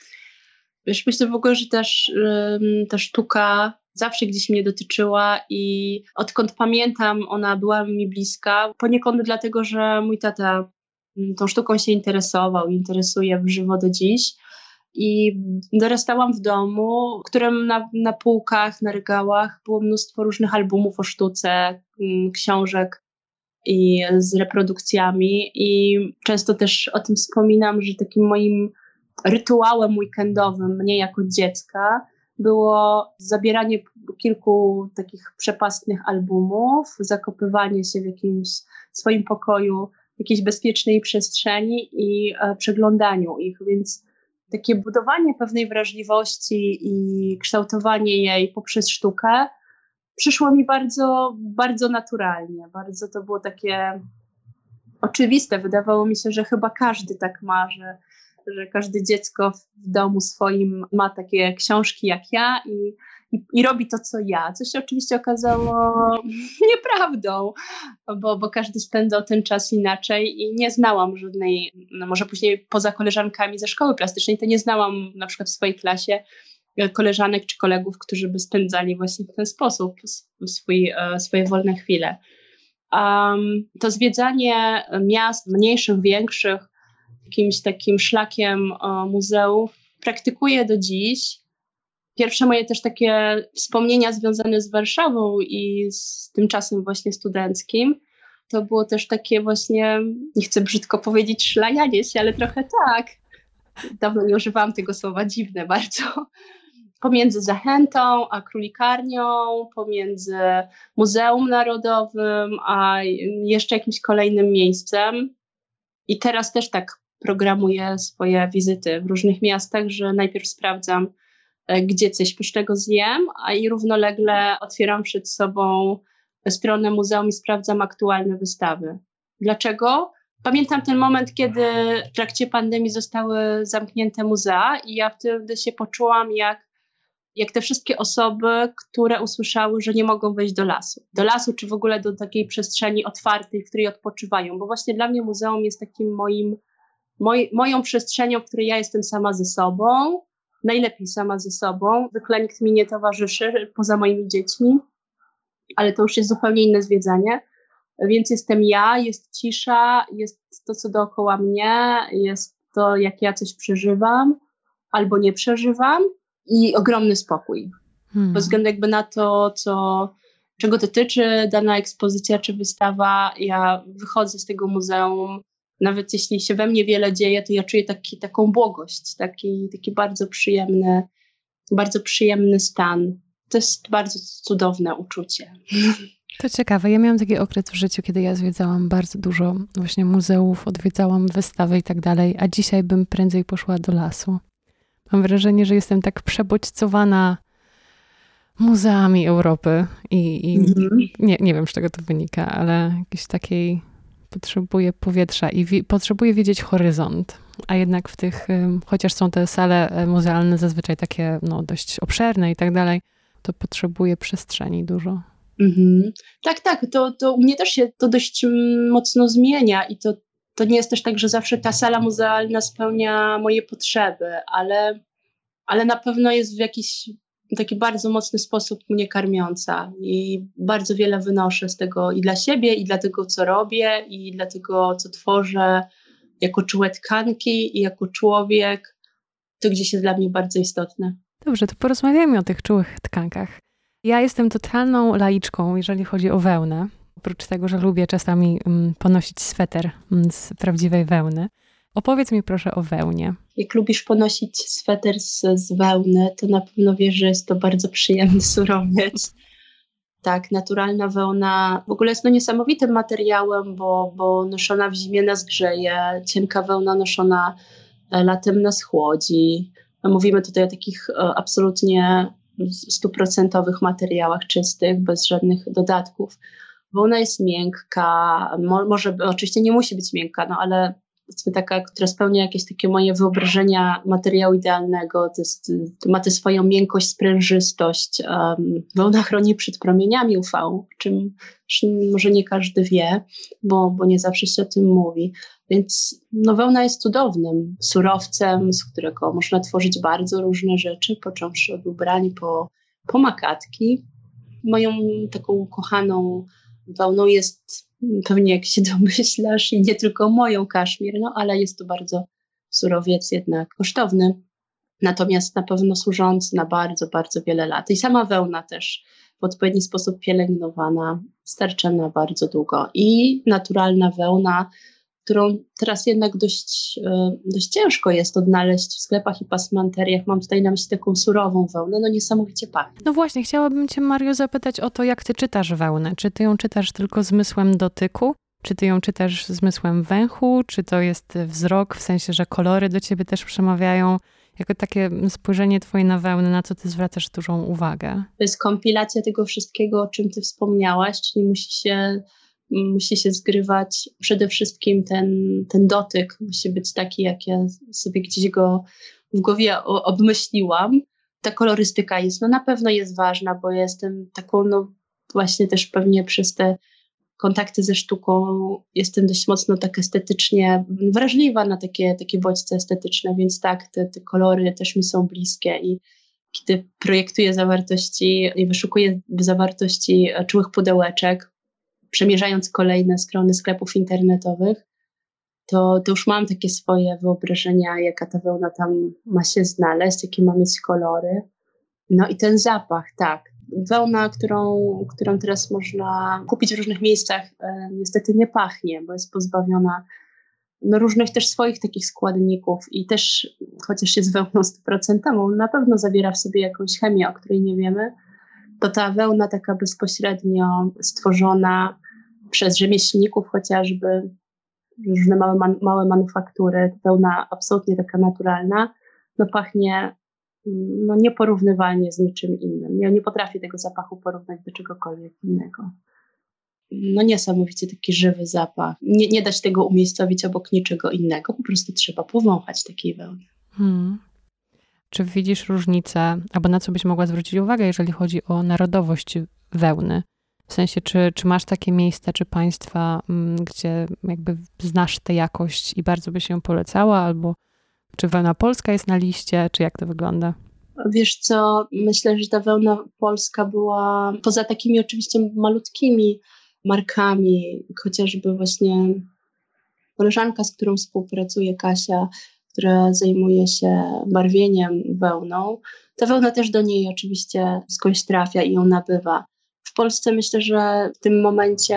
Wiesz, myślę w ogóle, że też um, ta sztuka zawsze gdzieś mnie dotyczyła i odkąd pamiętam, ona była mi bliska. Poniekąd dlatego, że mój tata tą sztuką się interesował i interesuje w żywo do dziś. I dorastałam w domu, w którym na, na półkach, na regałach było mnóstwo różnych albumów o sztuce, książek i z reprodukcjami i często też o tym wspominam, że takim moim rytuałem weekendowym, mnie jako dziecka, było zabieranie kilku takich przepastnych albumów, zakopywanie się w jakimś swoim pokoju, w jakiejś bezpiecznej przestrzeni i e, przeglądaniu ich, więc takie budowanie pewnej wrażliwości i kształtowanie jej poprzez sztukę przyszło mi bardzo, bardzo naturalnie. Bardzo to było takie oczywiste. Wydawało mi się, że chyba każdy tak ma, że, że każde dziecko w domu swoim ma takie książki jak ja i, i, i robi to, co ja. Co się oczywiście okazało nieprawdą, bo, bo każdy spędzał ten czas inaczej i nie znałam żadnej, no może później poza koleżankami ze szkoły plastycznej, to nie znałam na przykład w swojej klasie koleżanek czy kolegów, którzy by spędzali właśnie w ten sposób swój, swoje wolne chwile. Um, to zwiedzanie miast mniejszych, większych, jakimś takim szlakiem o, muzeów praktykuję do dziś. Pierwsze moje też takie wspomnienia związane z Warszawą i z tym czasem właśnie studenckim, to było też takie właśnie, nie chcę brzydko powiedzieć szlajanie się, ale trochę tak. Dawno nie używałam tego słowa, dziwne bardzo. Pomiędzy Zachętą a Królikarnią, pomiędzy Muzeum Narodowym a jeszcze jakimś kolejnym miejscem. I teraz też tak programuję swoje wizyty w różnych miastach, że najpierw sprawdzam, gdzie coś pysznego zjem, a i równolegle otwieram przed sobą stronę muzeum i sprawdzam aktualne wystawy. Dlaczego? Pamiętam ten moment, kiedy w trakcie pandemii zostały zamknięte muzea i ja wtedy się poczułam jak, jak te wszystkie osoby, które usłyszały, że nie mogą wejść do lasu. Do lasu czy w ogóle do takiej przestrzeni otwartej, w której odpoczywają. Bo właśnie dla mnie muzeum jest takim moim, moj, moją przestrzenią, w której ja jestem sama ze sobą, najlepiej sama ze sobą. Zwykle nikt mi nie towarzyszy poza moimi dziećmi, ale to już jest zupełnie inne zwiedzanie. Więc jestem ja, jest cisza, jest to, co dookoła mnie, jest to, jak ja coś przeżywam albo nie przeżywam i ogromny spokój. Hmm. Bez względu jakby na to, co, czego dotyczy dana ekspozycja czy wystawa, ja wychodzę z tego muzeum, nawet jeśli się we mnie wiele dzieje, to ja czuję taki, taką błogość, taki, taki bardzo przyjemny, bardzo przyjemny stan. To jest bardzo cudowne uczucie. To ciekawe. Ja miałam taki okres w życiu, kiedy ja zwiedzałam bardzo dużo właśnie muzeów, odwiedzałam wystawy i tak dalej, a dzisiaj bym prędzej poszła do lasu. Mam wrażenie, że jestem tak przebodźcowana muzeami Europy i, i mm-hmm. nie, nie wiem, z czego to wynika, ale jakiejś takiej potrzebuję powietrza i wi- potrzebuję widzieć horyzont. A jednak w tych, chociaż są te sale muzealne zazwyczaj takie no, dość obszerne i tak dalej, to potrzebuję przestrzeni dużo. Mhm. Tak, tak, to, to u mnie też się to dość mocno zmienia i to, to nie jest też tak, że zawsze ta sala muzealna spełnia moje potrzeby, ale, ale na pewno jest w jakiś taki bardzo mocny sposób mnie karmiąca i bardzo wiele wynoszę z tego i dla siebie, i dla tego, co robię, i dla tego, co tworzę jako czułe tkanki i jako człowiek. To gdzieś jest dla mnie bardzo istotne. Dobrze, to porozmawiajmy o tych czułych tkankach. Ja jestem totalną laiczką, jeżeli chodzi o wełnę. Oprócz tego, że lubię czasami mm, ponosić sweter mm, z prawdziwej wełny. Opowiedz mi proszę o wełnie. Jak lubisz ponosić sweter z, z wełny, to na pewno wiesz, że jest to bardzo przyjemny surowiec. Tak, naturalna wełna w ogóle jest no niesamowitym materiałem, bo, bo noszona w zimie nas grzeje, cienka wełna noszona latem nas chłodzi. Mówimy tutaj o takich absolutnie stuprocentowych materiałach czystych, bez żadnych dodatków. Wełna jest miękka, mo, może oczywiście nie musi być miękka, no ale powiedzmy taka, która spełnia jakieś takie moje wyobrażenia materiału idealnego, to, jest, to ma tę swoją miękkość, sprężystość. Um, wełna chroni przed promieniami U V, o czym może nie każdy wie, bo, bo nie zawsze się o tym mówi. Więc no, wełna jest cudownym surowcem, z którego można tworzyć bardzo różne rzeczy, począwszy od ubrań po, po makatki. Moją taką kochaną wełną jest pewnie, jak się domyślasz, i nie tylko moją kaszmir, no ale jest to bardzo surowiec jednak kosztowny, natomiast na pewno służący na bardzo, bardzo wiele lat. I sama wełna też w odpowiedni sposób pielęgnowana starcza na bardzo długo. I naturalna wełna, którą teraz jednak dość, dość ciężko jest odnaleźć w sklepach i pasmanteriach. Mam tutaj na myśli taką surową wełnę, no niesamowicie pachnie. No właśnie, chciałabym cię, Mario, zapytać o to, jak ty czytasz wełnę. Czy ty ją czytasz tylko zmysłem dotyku? Czy ty ją czytasz zmysłem węchu? Czy to jest wzrok, w sensie, że kolory do ciebie też przemawiają? Jako takie spojrzenie twoje na wełnę, na co ty zwracasz dużą uwagę? To jest kompilacja tego wszystkiego, o czym ty wspomniałaś, czyli musi się... Musi się zgrywać przede wszystkim ten, ten dotyk, musi być taki, jak ja sobie gdzieś go w głowie obmyśliłam. Ta kolorystyka jest, no na pewno jest ważna, bo jestem taką, no właśnie też pewnie przez te kontakty ze sztuką jestem dość mocno tak estetycznie wrażliwa na takie, takie bodźce estetyczne, więc tak, te, te kolory też mi są bliskie i kiedy projektuję zawartości i wyszukuję zawartości czułych pudełeczek, przemierzając kolejne strony sklepów internetowych, to, to już mam takie swoje wyobrażenia, jaka ta wełna tam ma się znaleźć, jakie ma mieć kolory. No i ten zapach, tak. Wełna, którą, którą teraz można kupić w różnych miejscach, e, niestety nie pachnie, bo jest pozbawiona no, różnych też swoich takich składników i też, chociaż jest wełną stuprocentową, na pewno zawiera w sobie jakąś chemię, o której nie wiemy, to ta wełna taka bezpośrednio stworzona przez rzemieślników chociażby, różne małe, man, małe manufaktury, wełna absolutnie taka naturalna, no pachnie no nieporównywalnie z niczym innym. Ja nie potrafię tego zapachu porównać do czegokolwiek innego. No niesamowicie taki żywy zapach. Nie, nie da się tego umiejscowić obok niczego innego, po prostu trzeba powąchać takiej wełny. Hmm. Czy widzisz różnicę, albo na co byś mogła zwrócić uwagę, jeżeli chodzi o narodowość wełny? W sensie, czy, czy masz takie miejsca, czy państwa, m, gdzie jakby znasz tę jakość i bardzo byś ją polecała, albo czy wełna polska jest na liście, czy jak to wygląda? Wiesz co, myślę, że ta wełna polska była, poza takimi oczywiście malutkimi markami, chociażby właśnie koleżanka, z którą współpracuje, Kasia, która zajmuje się barwieniem wełną, ta wełna też do niej oczywiście skądś trafia i ją nabywa. W Polsce myślę, że w tym momencie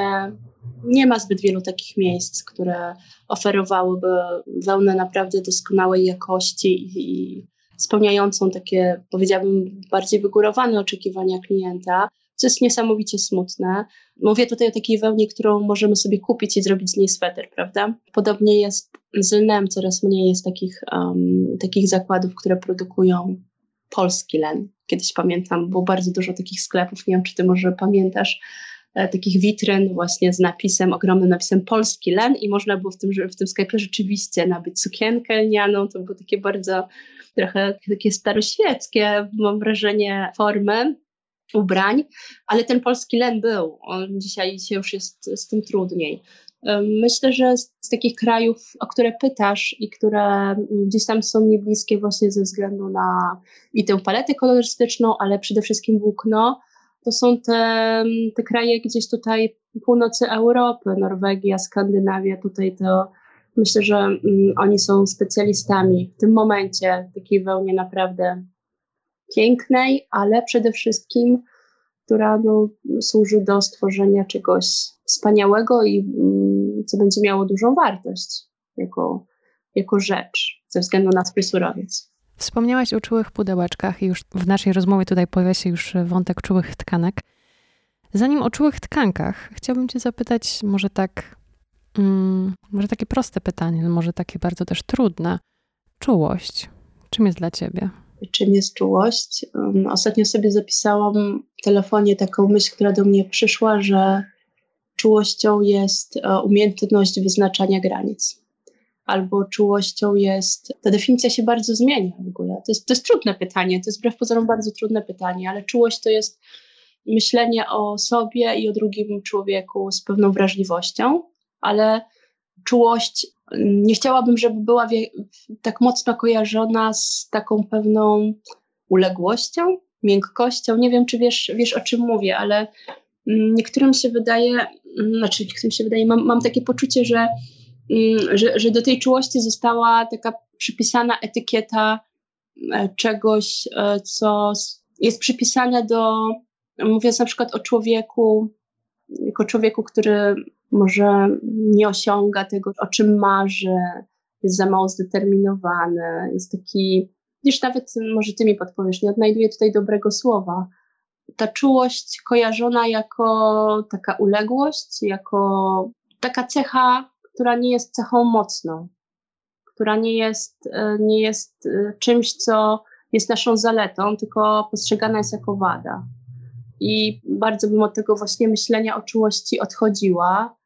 nie ma zbyt wielu takich miejsc, które oferowałyby wełnę naprawdę doskonałej jakości i spełniającą takie, powiedziałabym, bardziej wygórowane oczekiwania klienta, co jest niesamowicie smutne. Mówię tutaj o takiej wełnie, którą możemy sobie kupić i zrobić z niej sweter, prawda? Podobnie jest z lnem, coraz mniej jest takich, um, takich zakładów, które produkują polski len. Kiedyś pamiętam, było bardzo dużo takich sklepów, nie wiem, czy ty może pamiętasz, e, takich witryn właśnie z napisem, ogromnym napisem polski len i można było w tym, w tym sklepie rzeczywiście nabyć sukienkę lnianą. To było takie bardzo, trochę takie staroświeckie, mam wrażenie, formy ubrań, ale ten polski len był. On dzisiaj się już jest z tym trudniej. Myślę, że z, z takich krajów, o które pytasz i które gdzieś tam są mi bliskie właśnie ze względu na i tę paletę kolorystyczną, ale przede wszystkim włókno, to są te, te kraje gdzieś tutaj północy Europy, Norwegia, Skandynawia. Tutaj to myślę, że mm, oni są specjalistami w tym momencie takiej wełnie naprawdę pięknej, ale przede wszystkim która no, służy do stworzenia czegoś wspaniałego i mm, co będzie miało dużą wartość jako, jako rzecz ze względu na swój surowiec. Wspomniałaś o czułych pudełeczkach i już w naszej rozmowie tutaj pojawia się już wątek czułych tkanek. Zanim o czułych tkankach, chciałabym cię zapytać może tak, mm, może takie proste pytanie, ale może takie bardzo też trudne. Czułość. Czym jest dla ciebie? Czym jest czułość? Um, ostatnio sobie zapisałam w telefonie taką myśl, która do mnie przyszła, że czułością jest uh, umiejętność wyznaczania granic. Albo czułością jest... Ta definicja się bardzo zmienia w ogóle. To jest, to jest trudne pytanie, to jest wbrew pozorom bardzo trudne pytanie, ale czułość to jest myślenie o sobie i o drugim człowieku z pewną wrażliwością, ale czułość nie chciałabym, żeby była wie, tak mocno kojarzona z taką pewną uległością, miękkością. Nie wiem, czy wiesz, wiesz o czym mówię, ale niektórym się wydaje, znaczy niektórym się wydaje, mam, mam takie poczucie, że, że, że do tej czułości została taka przypisana etykieta czegoś, co jest przypisane do, mówiąc na przykład o człowieku, jako człowieku, który może nie osiąga tego, o czym marzy, jest za mało zdeterminowany, jest taki, wiesz, nawet może ty mi podpowiesz, nie odnajduję tutaj dobrego słowa. Ta czułość kojarzona jako taka uległość, jako taka cecha, która nie jest cechą mocną, która nie jest, nie jest czymś, co jest naszą zaletą, tylko postrzegana jest jako wada. I bardzo bym od tego właśnie myślenia o czułości odchodziła.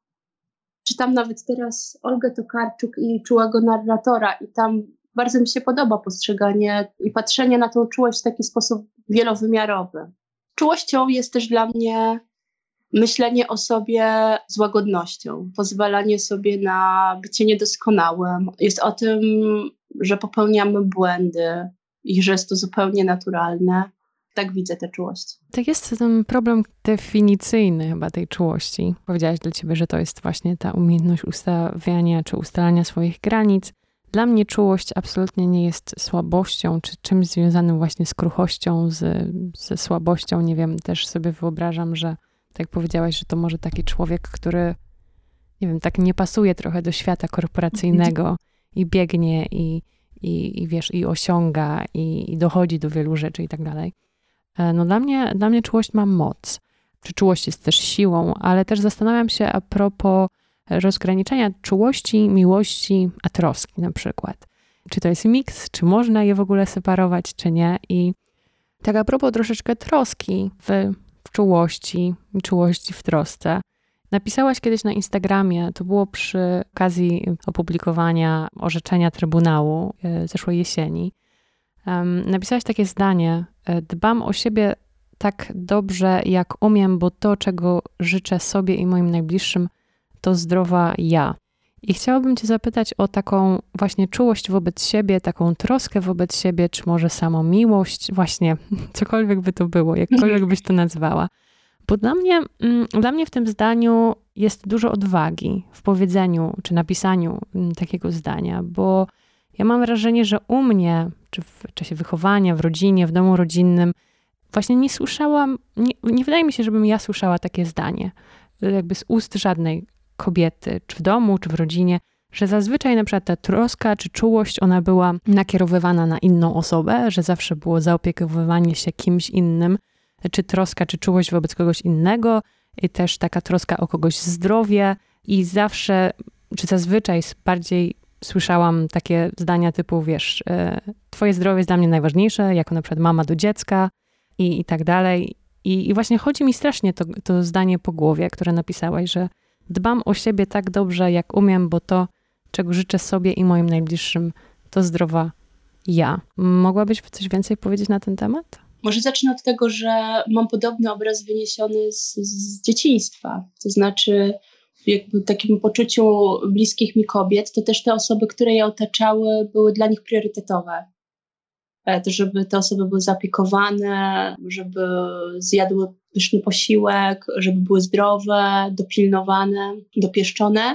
Czytam nawet teraz Olgę Tokarczuk i Czułego narratora i tam bardzo mi się podoba postrzeganie i patrzenie na tą czułość w taki sposób wielowymiarowy. Czułością jest też dla mnie myślenie o sobie z łagodnością, pozwalanie sobie na bycie niedoskonałym. Jest o tym, że popełniamy błędy i że jest to zupełnie naturalne. Tak widzę tę czułość. To jest ten problem definicyjny chyba tej czułości. Powiedziałaś dla ciebie, że to jest właśnie ta umiejętność ustawiania czy ustalania swoich granic. Dla mnie czułość absolutnie nie jest słabością, czy czymś związanym właśnie z kruchością, z, ze słabością. Nie wiem, też sobie wyobrażam, że tak jak powiedziałaś, że to może taki człowiek, który, nie wiem, tak nie pasuje trochę do świata korporacyjnego i biegnie i, i, i wiesz, i osiąga i, i dochodzi do wielu rzeczy i tak dalej. No dla mnie, dla mnie czułość ma moc. Czy czułość jest też siłą, ale też zastanawiam się a propos rozgraniczenia czułości, miłości, a troski na przykład. Czy to jest miks, czy można je w ogóle separować, czy nie. I tak a propos troszeczkę troski w, w czułości, czułości w trosce. Napisałaś kiedyś na Instagramie, to było przy okazji opublikowania orzeczenia Trybunału zeszłej jesieni. Um, napisałaś takie zdanie: dbam o siebie tak dobrze, jak umiem, bo to, czego życzę sobie i moim najbliższym, to zdrowa ja. I chciałabym cię zapytać o taką właśnie czułość wobec siebie, taką troskę wobec siebie, czy może samą miłość, właśnie cokolwiek by to było, jakkolwiek byś to nazwała. Bo dla mnie, dla mnie w tym zdaniu jest dużo odwagi w powiedzeniu czy napisaniu takiego zdania, bo ja mam wrażenie, że u mnie, czy w czasie wychowania, w rodzinie, w domu rodzinnym, właśnie nie słyszałam, nie, nie wydaje mi się, żebym ja słyszała takie zdanie, jakby z ust żadnej kobiety, czy w domu, czy w rodzinie, że zazwyczaj na przykład ta troska czy czułość, ona była nakierowywana na inną osobę, że zawsze było zaopiekowywanie się kimś innym, czy troska, czy czułość wobec kogoś innego, i też taka troska o kogoś zdrowie i zawsze, czy zazwyczaj bardziej słyszałam takie zdania typu, wiesz, twoje zdrowie jest dla mnie najważniejsze, jako na przykład mama do dziecka i, i tak dalej. I, I właśnie chodzi mi strasznie to, to zdanie po głowie, które napisałaś, że dbam o siebie tak dobrze, jak umiem, bo to, czego życzę sobie i moim najbliższym, to zdrowa ja. Mogłabyś coś więcej powiedzieć na ten temat? Może zacznę od tego, że mam podobny obraz wyniesiony z, z dzieciństwa. To znaczy, jakby w takim poczuciu bliskich mi kobiet, to też te osoby, które je otaczały, były dla nich priorytetowe. Żeby te osoby były zaopiekowane, żeby zjadły pyszny posiłek, żeby były zdrowe, dopilnowane, dopieszczone.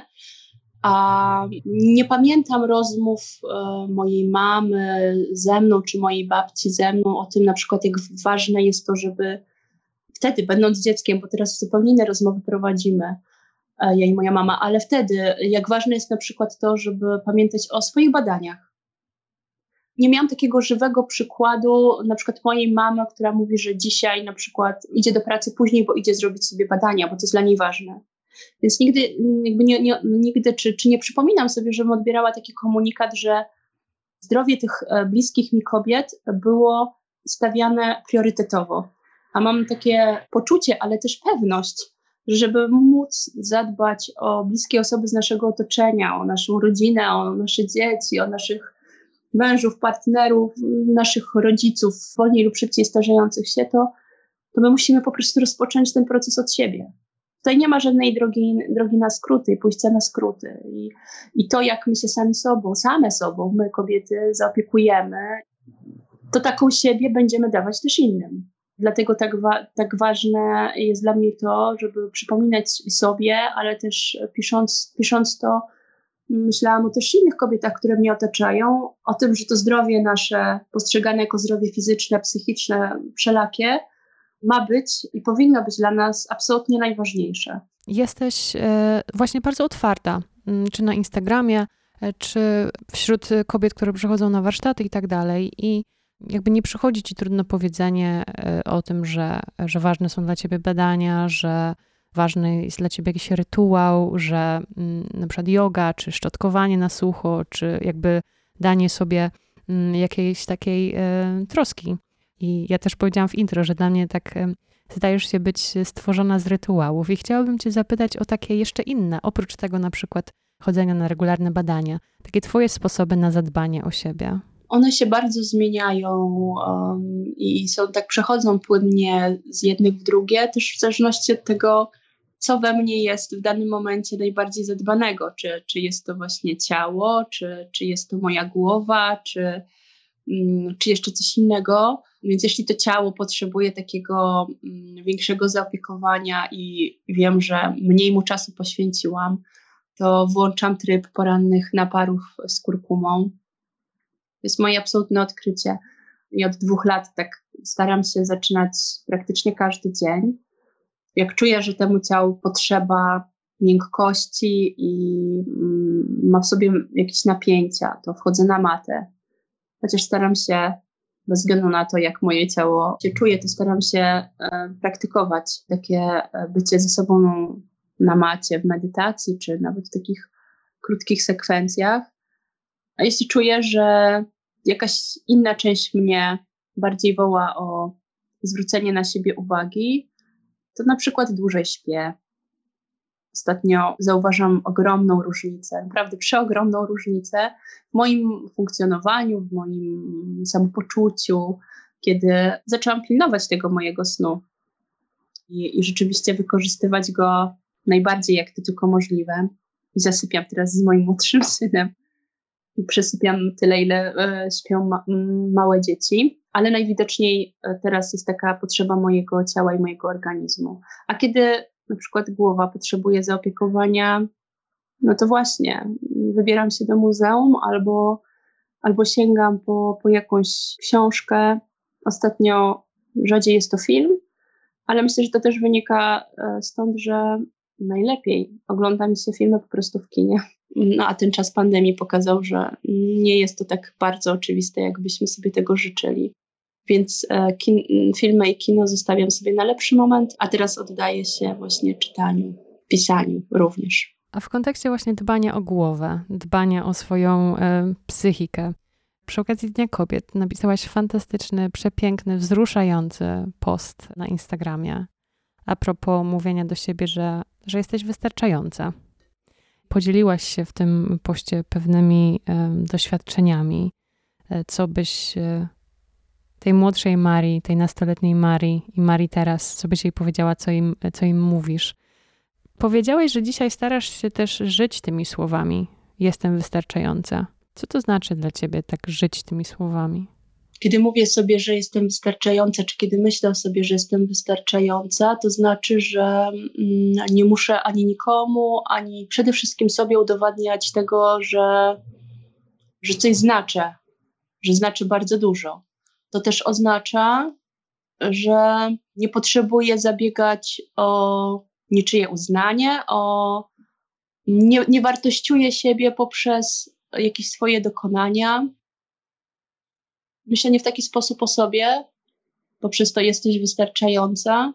A nie pamiętam rozmów e, mojej mamy ze mną, czy mojej babci ze mną o tym na przykład, jak ważne jest to, żeby wtedy, będąc dzieckiem, bo teraz zupełnie inne rozmowy prowadzimy, e, ja i moja mama, ale wtedy, jak ważne jest na przykład to, żeby pamiętać o swoich badaniach. Nie miałam takiego żywego przykładu, na przykład mojej mamy, która mówi, że dzisiaj na przykład idzie do pracy później, bo idzie zrobić sobie badania, bo to jest dla niej ważne. Więc nigdy, jakby nie, nie, nigdy czy, czy nie przypominam sobie, żebym odbierała taki komunikat, że zdrowie tych bliskich mi kobiet było stawiane priorytetowo. A mam takie poczucie, ale też pewność, że żeby móc zadbać o bliskie osoby z naszego otoczenia, o naszą rodzinę, o nasze dzieci, o naszych mężów, partnerów, naszych rodziców, wolniej lub szybciej starzejących się, to, to my musimy po prostu rozpocząć ten proces od siebie. Tutaj nie ma żadnej drogi, drogi na skróty i pójścia na skróty. I, I to, jak my się sami sobą, same sobą, my kobiety zaopiekujemy, to taką siebie będziemy dawać też innym. Dlatego tak, wa- tak ważne jest dla mnie to, żeby przypominać sobie, ale też pisząc, pisząc to, myślałam o też innych kobietach, które mnie otaczają, o tym, że to zdrowie nasze, postrzegane jako zdrowie fizyczne, psychiczne, wszelakie, ma być i powinno być dla nas absolutnie najważniejsze. Jesteś właśnie bardzo otwarta, czy na Instagramie, czy wśród kobiet, które przychodzą na warsztaty i tak dalej. I jakby nie przychodzi ci trudno powiedzenie o tym, że, że ważne są dla ciebie badania, że ważny jest dla ciebie jakiś rytuał, że na przykład yoga, czy szczotkowanie na sucho, czy jakby danie sobie jakiejś takiej troski. I ja też powiedziałam w intro, że dla mnie tak zdajesz się być stworzona z rytuałów. I chciałabym cię zapytać o takie jeszcze inne, oprócz tego na przykład chodzenia na regularne badania, takie twoje sposoby na zadbanie o siebie. One się bardzo zmieniają um, i są tak, przechodzą płynnie z jednych w drugie, też w zależności od tego, co we mnie jest w danym momencie najbardziej zadbanego. Czy, czy jest to właśnie ciało, czy, czy jest to moja głowa, czy, um, czy jeszcze coś innego. Więc jeśli to ciało potrzebuje takiego um, większego zaopiekowania i wiem, że mniej mu czasu poświęciłam, to włączam tryb porannych naparów z kurkumą. To jest moje absolutne odkrycie i od dwóch lat tak staram się zaczynać praktycznie każdy dzień. Jak czuję, że temu ciału potrzeba miękkości i mm, ma w sobie jakieś napięcia, to wchodzę na matę. Chociaż staram się, bez względu na to, jak moje ciało się czuje, to staram się e, praktykować takie bycie ze sobą na macie, w medytacji, czy nawet w takich krótkich sekwencjach. A jeśli czuję, że jakaś inna część mnie bardziej woła o zwrócenie na siebie uwagi, to na przykład dłużej śpię. Ostatnio zauważam ogromną różnicę, naprawdę przeogromną różnicę w moim funkcjonowaniu, w moim samopoczuciu, kiedy zaczęłam pilnować tego mojego snu i, i rzeczywiście wykorzystywać go najbardziej, jak to tylko możliwe. I zasypiam teraz z moim młodszym synem i przesypiam tyle, ile e, śpią ma, m, małe dzieci, ale najwidoczniej e, teraz jest taka potrzeba mojego ciała i mojego organizmu. A kiedy na przykład głowa potrzebuje zaopiekowania, no to właśnie wybieram się do muzeum albo, albo sięgam po, po jakąś książkę. Ostatnio rzadziej jest to film, ale myślę, że to też wynika stąd, że najlepiej ogląda mi się filmy po prostu w kinie. No a ten czas pandemii pokazał, że nie jest to tak bardzo oczywiste, jakbyśmy sobie tego życzyli. Więc kin, filmy i kino zostawiam sobie na lepszy moment, a teraz oddaję się właśnie czytaniu, pisaniu również. A w kontekście właśnie dbania o głowę, dbania o swoją y, psychikę, przy okazji Dnia Kobiet napisałaś fantastyczny, przepiękny, wzruszający post na Instagramie a propos mówienia do siebie, że, że jesteś wystarczająca. Podzieliłaś się w tym poście pewnymi y, doświadczeniami, y, co byś... Y, tej młodszej Marii, tej nastoletniej Marii i Marii teraz, co byś jej powiedziała, co im, co im mówisz. Powiedziałeś, że dzisiaj starasz się też żyć tymi słowami. Jestem wystarczająca. Co to znaczy dla ciebie tak żyć tymi słowami? Kiedy mówię sobie, że jestem wystarczająca, czy kiedy myślę sobie, że jestem wystarczająca, to znaczy, że mm, nie muszę ani nikomu, ani przede wszystkim sobie udowadniać tego, że, że coś znaczę, że znaczy bardzo dużo. To też oznacza, że nie potrzebuję zabiegać o niczyje uznanie, o nie, nie wartościuję siebie poprzez jakieś swoje dokonania. Myślenie w taki sposób o sobie, poprzez to jesteś wystarczająca,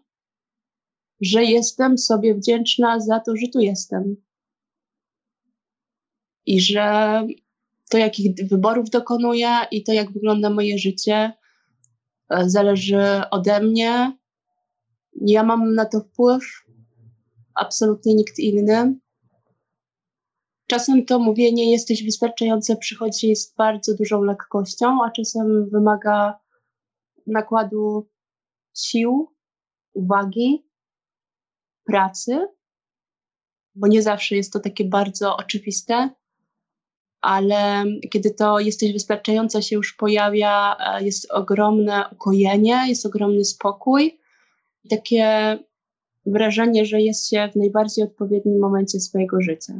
że jestem sobie wdzięczna za to, że tu jestem. I że to, jakich wyborów dokonuję i to, jak wygląda moje życie, zależy ode mnie. Ja mam na to wpływ, absolutnie nikt inny. Czasem to mówienie jesteś wystarczające przychodzi z bardzo dużą lekkością, a czasem wymaga nakładu sił, uwagi, pracy, bo nie zawsze jest to takie bardzo oczywiste, ale kiedy to jesteś wystarczająca się już pojawia, jest ogromne ukojenie, jest ogromny spokój i takie wrażenie, że jest się w najbardziej odpowiednim momencie swojego życia.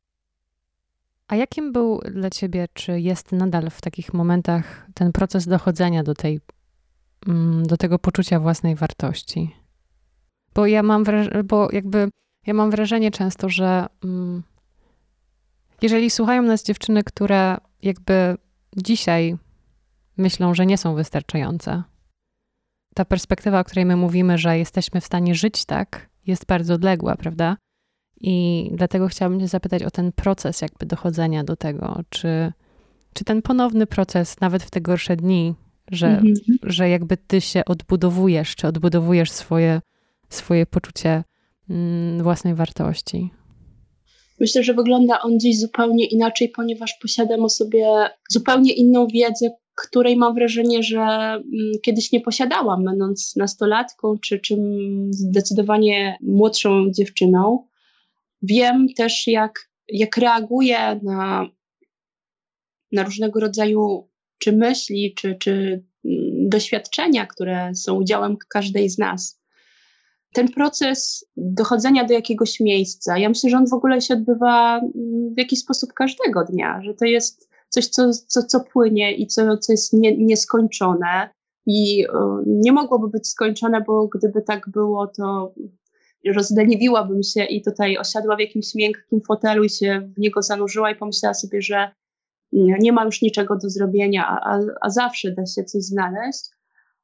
A jakim był dla ciebie, czy jest nadal w takich momentach ten proces dochodzenia do tej, do tego poczucia własnej wartości? Bo ja mam wrażenie, bo jakby ja mam wrażenie często, że mm, jeżeli słuchają nas dziewczyny, które jakby dzisiaj myślą, że nie są wystarczające, ta perspektywa, o której my mówimy, że jesteśmy w stanie żyć tak, jest bardzo odległa, prawda? I dlatego chciałabym cię zapytać o ten proces jakby dochodzenia do tego, czy, czy ten ponowny proces, nawet w te gorsze dni, że, mm-hmm. że jakby ty się odbudowujesz, czy odbudowujesz swoje, swoje poczucie mm, własnej wartości. Myślę, że wygląda on dziś zupełnie inaczej, ponieważ posiadam o sobie zupełnie inną wiedzę, której mam wrażenie, że mm, kiedyś nie posiadałam, będąc nastolatką, czy, czy zdecydowanie młodszą dziewczyną. Wiem też, jak, jak reaguję na, na różnego rodzaju czy myśli, czy, czy doświadczenia, które są udziałem każdej z nas. Ten proces dochodzenia do jakiegoś miejsca, ja myślę, że on w ogóle się odbywa w jakiś sposób każdego dnia, że to jest coś, co, co, co płynie i co, co jest nie, nieskończone i y, nie mogłoby być skończone, bo gdyby tak było, to rozdeniwiłabym się i tutaj osiadła w jakimś miękkim fotelu i się w niego zanurzyła i pomyślała sobie, że nie ma już niczego do zrobienia, a, a zawsze da się coś znaleźć.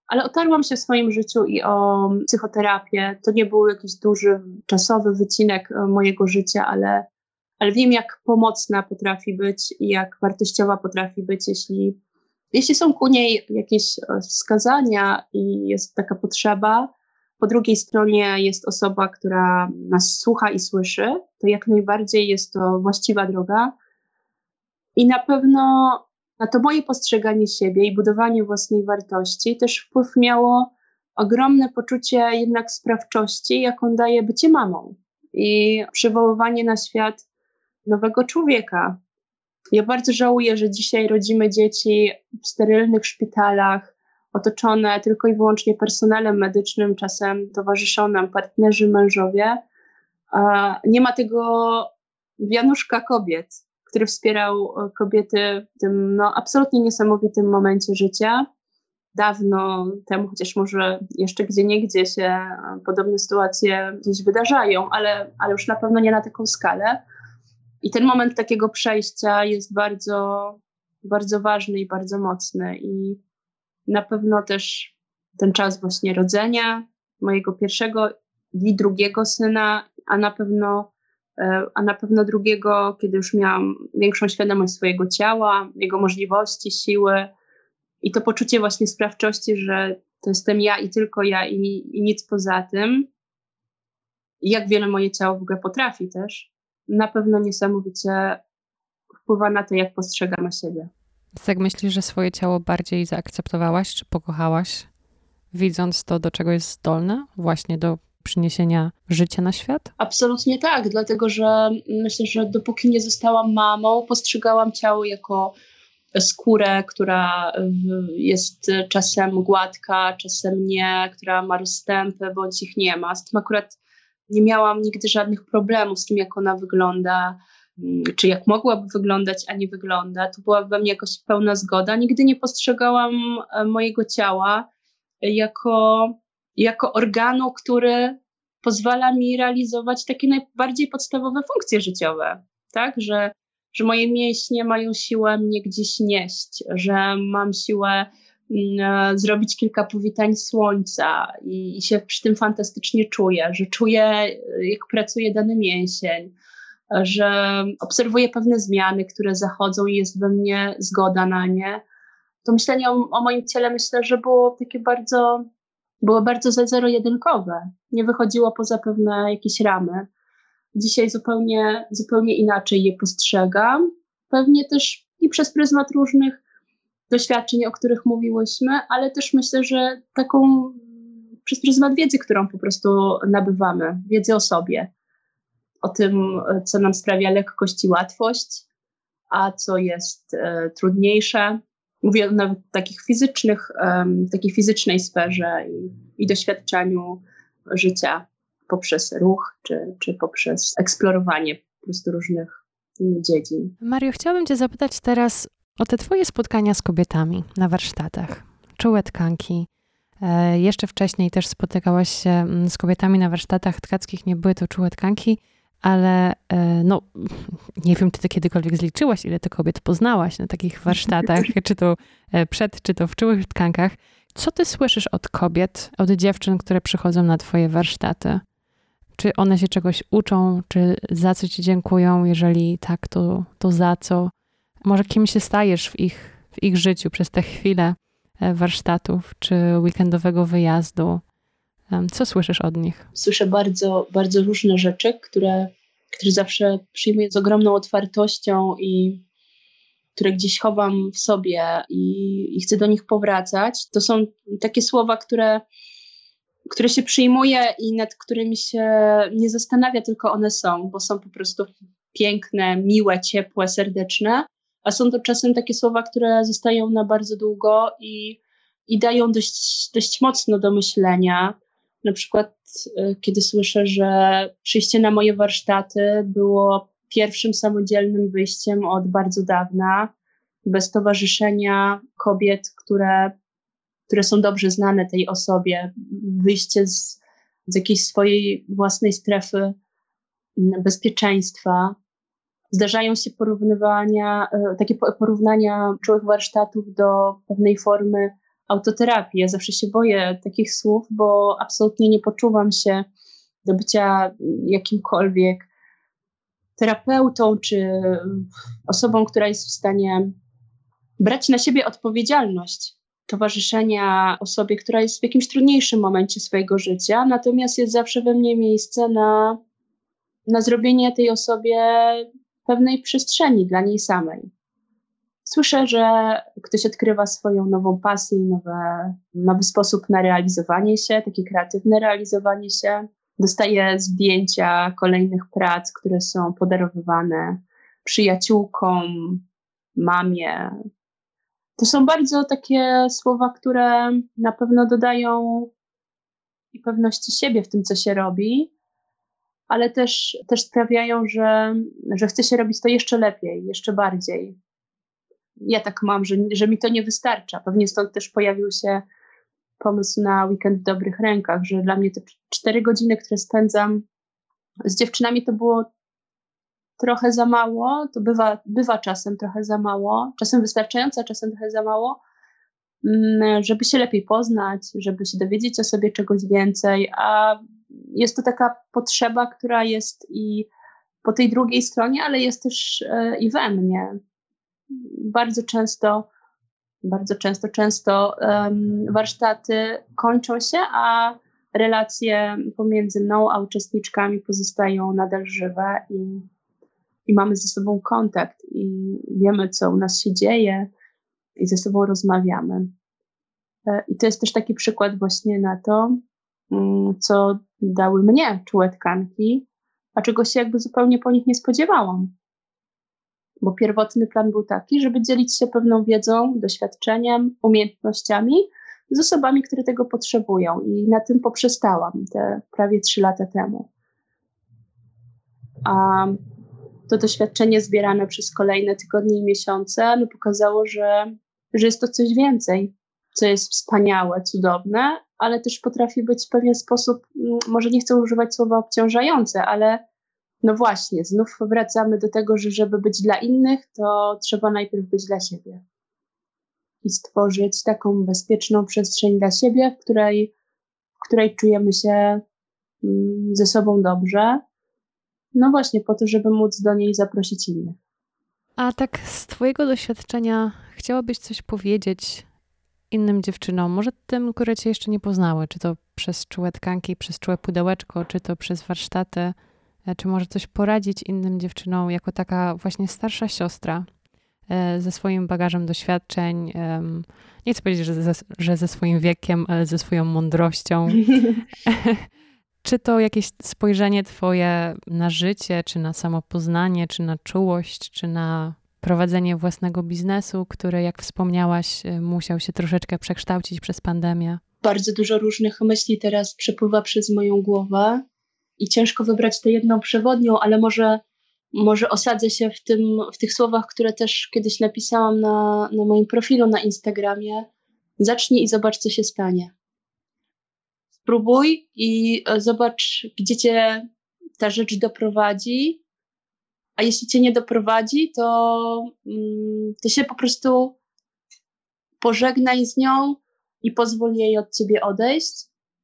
ale otarłam się w swoim życiu i o psychoterapię. To nie był jakiś duży, czasowy wycinek mojego życia, ale, ale wiem, jak pomocna potrafi być i jak wartościowa potrafi być, jeśli, jeśli są ku niej jakieś wskazania i jest taka potrzeba. Po drugiej stronie jest osoba, która nas słucha i słyszy, to jak najbardziej jest to właściwa droga. I na pewno na to moje postrzeganie siebie i budowanie własnej wartości też wpływ miało ogromne poczucie jednak sprawczości, jaką daje bycie mamą i przywoływanie na świat nowego człowieka. Ja bardzo żałuję, że dzisiaj rodzimy dzieci w sterylnych szpitalach, otoczone tylko i wyłącznie personelem medycznym, czasem towarzyszą nam partnerzy, mężowie. Nie ma tego wianuszka kobiet, który wspierał kobiety w tym no, absolutnie niesamowitym momencie życia. Dawno temu, chociaż może jeszcze gdzieniegdzie się podobne sytuacje gdzieś wydarzają, ale, ale już na pewno nie na taką skalę. I ten moment takiego przejścia jest bardzo, bardzo ważny i bardzo mocny. I na pewno też ten czas właśnie rodzenia mojego pierwszego i drugiego syna, a na pewno a na pewno drugiego, kiedy już miałam większą świadomość swojego ciała, jego możliwości, siły i to poczucie właśnie sprawczości, że to jestem ja i tylko ja i, i nic poza tym. I jak wiele moje ciało w ogóle potrafi też, na pewno niesamowicie wpływa na to, jak postrzegamy siebie. Tak myślisz, że swoje ciało bardziej zaakceptowałaś czy pokochałaś, widząc to, do czego jest zdolne, właśnie do przyniesienia życia na świat? Absolutnie tak, dlatego że myślę, że dopóki nie zostałam mamą, postrzegałam ciało jako skórę, która jest czasem gładka, czasem nie, która ma rozstępy, bądź ich nie ma. Z tym akurat nie miałam nigdy żadnych problemów z tym, jak ona wygląda, czy jak mogłaby wyglądać, a nie wygląda. Tu była we mnie jakoś pełna zgoda. Nigdy nie postrzegałam mojego ciała jako, jako organu, który pozwala mi realizować takie najbardziej podstawowe funkcje życiowe, tak? Że, że moje mięśnie mają siłę mnie gdzieś nieść, że mam siłę mm, zrobić kilka powitań słońca i, i się przy tym fantastycznie czuję, że czuję, jak pracuje dany mięsień, że obserwuję pewne zmiany, które zachodzą i jest we mnie zgoda na nie. To myślenie o, o moim ciele, myślę, że było takie bardzo, było bardzo zero-jedynkowe. Nie wychodziło poza pewne jakieś ramy. Dzisiaj zupełnie, zupełnie inaczej je postrzegam. Pewnie też i przez pryzmat różnych doświadczeń, o których mówiłyśmy, ale też myślę, że taką przez pryzmat wiedzy, którą po prostu nabywamy, wiedzy o sobie. O tym, co nam sprawia lekkość i łatwość, a co jest e, trudniejsze. Mówię nawet o takich fizycznych, um, takiej fizycznej sferze i, i doświadczeniu życia poprzez ruch, czy, czy poprzez eksplorowanie po prostu różnych dziedzin. Mario, chciałabym cię zapytać teraz o te twoje spotkania z kobietami na warsztatach, czułetkanki. E, jeszcze wcześniej też spotykałaś się z kobietami na warsztatach tkackich, nie były to czułetkanki, ale no, nie wiem, czy ty kiedykolwiek zliczyłaś, ile ty kobiet poznałaś na takich warsztatach, czy to przed, czy to w czułych tkankach. Co ty słyszysz od kobiet, od dziewczyn, które przychodzą na twoje warsztaty? Czy one się czegoś uczą, czy za co ci dziękują? Jeżeli tak, to, to za co? Może kim się stajesz w ich, w ich życiu przez te chwile warsztatów, czy weekendowego wyjazdu? Co słyszysz od nich? Słyszę bardzo, bardzo różne rzeczy, które, które zawsze przyjmuję z ogromną otwartością i które gdzieś chowam w sobie i, i chcę do nich powracać. To są takie słowa, które, które się przyjmuje i nad którymi się nie zastanawia, tylko one są, bo są po prostu piękne, miłe, ciepłe, serdeczne, a są to czasem takie słowa, które zostają na bardzo długo i, i dają dość, dość mocno do myślenia. Na przykład, kiedy słyszę, że przyjście na moje warsztaty było pierwszym samodzielnym wyjściem od bardzo dawna, bez towarzyszenia kobiet, które, które są dobrze znane tej osobie, wyjście z, z jakiejś swojej własnej strefy bezpieczeństwa. Zdarzają się porównywania, takie porównania czułych warsztatów do pewnej formy autoterapii. Ja zawsze się boję takich słów, bo absolutnie nie poczuwam się do bycia jakimkolwiek terapeutą czy osobą, która jest w stanie brać na siebie odpowiedzialność towarzyszenia osobie, która jest w jakimś trudniejszym momencie swojego życia, natomiast jest zawsze we mnie miejsce na, na zrobienie tej osobie pewnej przestrzeni dla niej samej. Słyszę, że ktoś odkrywa swoją nową pasję, nowe, nowy sposób na realizowanie się, takie kreatywne realizowanie się. Dostaje zdjęcia kolejnych prac, które są podarowywane przyjaciółkom, mamie. To są bardzo takie słowa, które na pewno dodają i pewności siebie w tym, co się robi, ale też, też sprawiają, że, że chce się robić to jeszcze lepiej, jeszcze bardziej. Ja tak mam, że, że mi to nie wystarcza. Pewnie stąd też pojawił się pomysł na weekend w dobrych rękach, że dla mnie te cztery godziny, które spędzam z dziewczynami, to było trochę za mało, to bywa, bywa czasem trochę za mało, czasem wystarczająco, a czasem trochę za mało, żeby się lepiej poznać, żeby się dowiedzieć o sobie czegoś więcej, a jest to taka potrzeba, która jest i po tej drugiej stronie, ale jest też i we mnie. Bardzo często, bardzo często, często um, warsztaty kończą się, a relacje pomiędzy mną a uczestniczkami pozostają nadal żywe i, i mamy ze sobą kontakt i wiemy, co u nas się dzieje i ze sobą rozmawiamy. I to jest też taki przykład właśnie na to, co dały mnie czułe tkanki, a czego się jakby zupełnie po nich nie spodziewałam. Bo pierwotny plan był taki, żeby dzielić się pewną wiedzą, doświadczeniem, umiejętnościami z osobami, które tego potrzebują. I na tym poprzestałam te prawie trzy lata temu. A to doświadczenie zbierane przez kolejne tygodnie i miesiące no pokazało, że, że jest to coś więcej, co jest wspaniałe, cudowne, ale też potrafi być w pewien sposób, może nie chcę używać słowa obciążające, ale no właśnie, znów wracamy do tego, że żeby być dla innych, to trzeba najpierw być dla siebie. I stworzyć taką bezpieczną przestrzeń dla siebie, w której, w której czujemy się ze sobą dobrze. No właśnie po to, żeby móc do niej zaprosić innych. A tak z twojego doświadczenia chciałabyś coś powiedzieć innym dziewczynom, może tym, które cię jeszcze nie poznały, czy to przez czułe tkanki, przez czułe pudełeczko, czy to przez warsztaty, czy może coś poradzić innym dziewczynom jako taka właśnie starsza siostra ze swoim bagażem doświadczeń, nie chcę powiedzieć, że ze, że ze swoim wiekiem, ale ze swoją mądrością. Czy to jakieś spojrzenie twoje na życie, czy na samopoznanie, czy na czułość, czy na prowadzenie własnego biznesu, który, jak wspomniałaś, musiał się troszeczkę przekształcić przez pandemię? Bardzo dużo różnych myśli teraz przepływa przez moją głowę i ciężko wybrać tę jedną przewodnią, ale może, może osadzę się w, tym, w tych słowach, które też kiedyś napisałam na, na moim profilu na Instagramie. Zacznij i zobacz, co się stanie. Spróbuj i zobacz, gdzie cię ta rzecz doprowadzi, a jeśli cię nie doprowadzi, to, to się po prostu pożegnaj z nią i pozwól jej od ciebie odejść.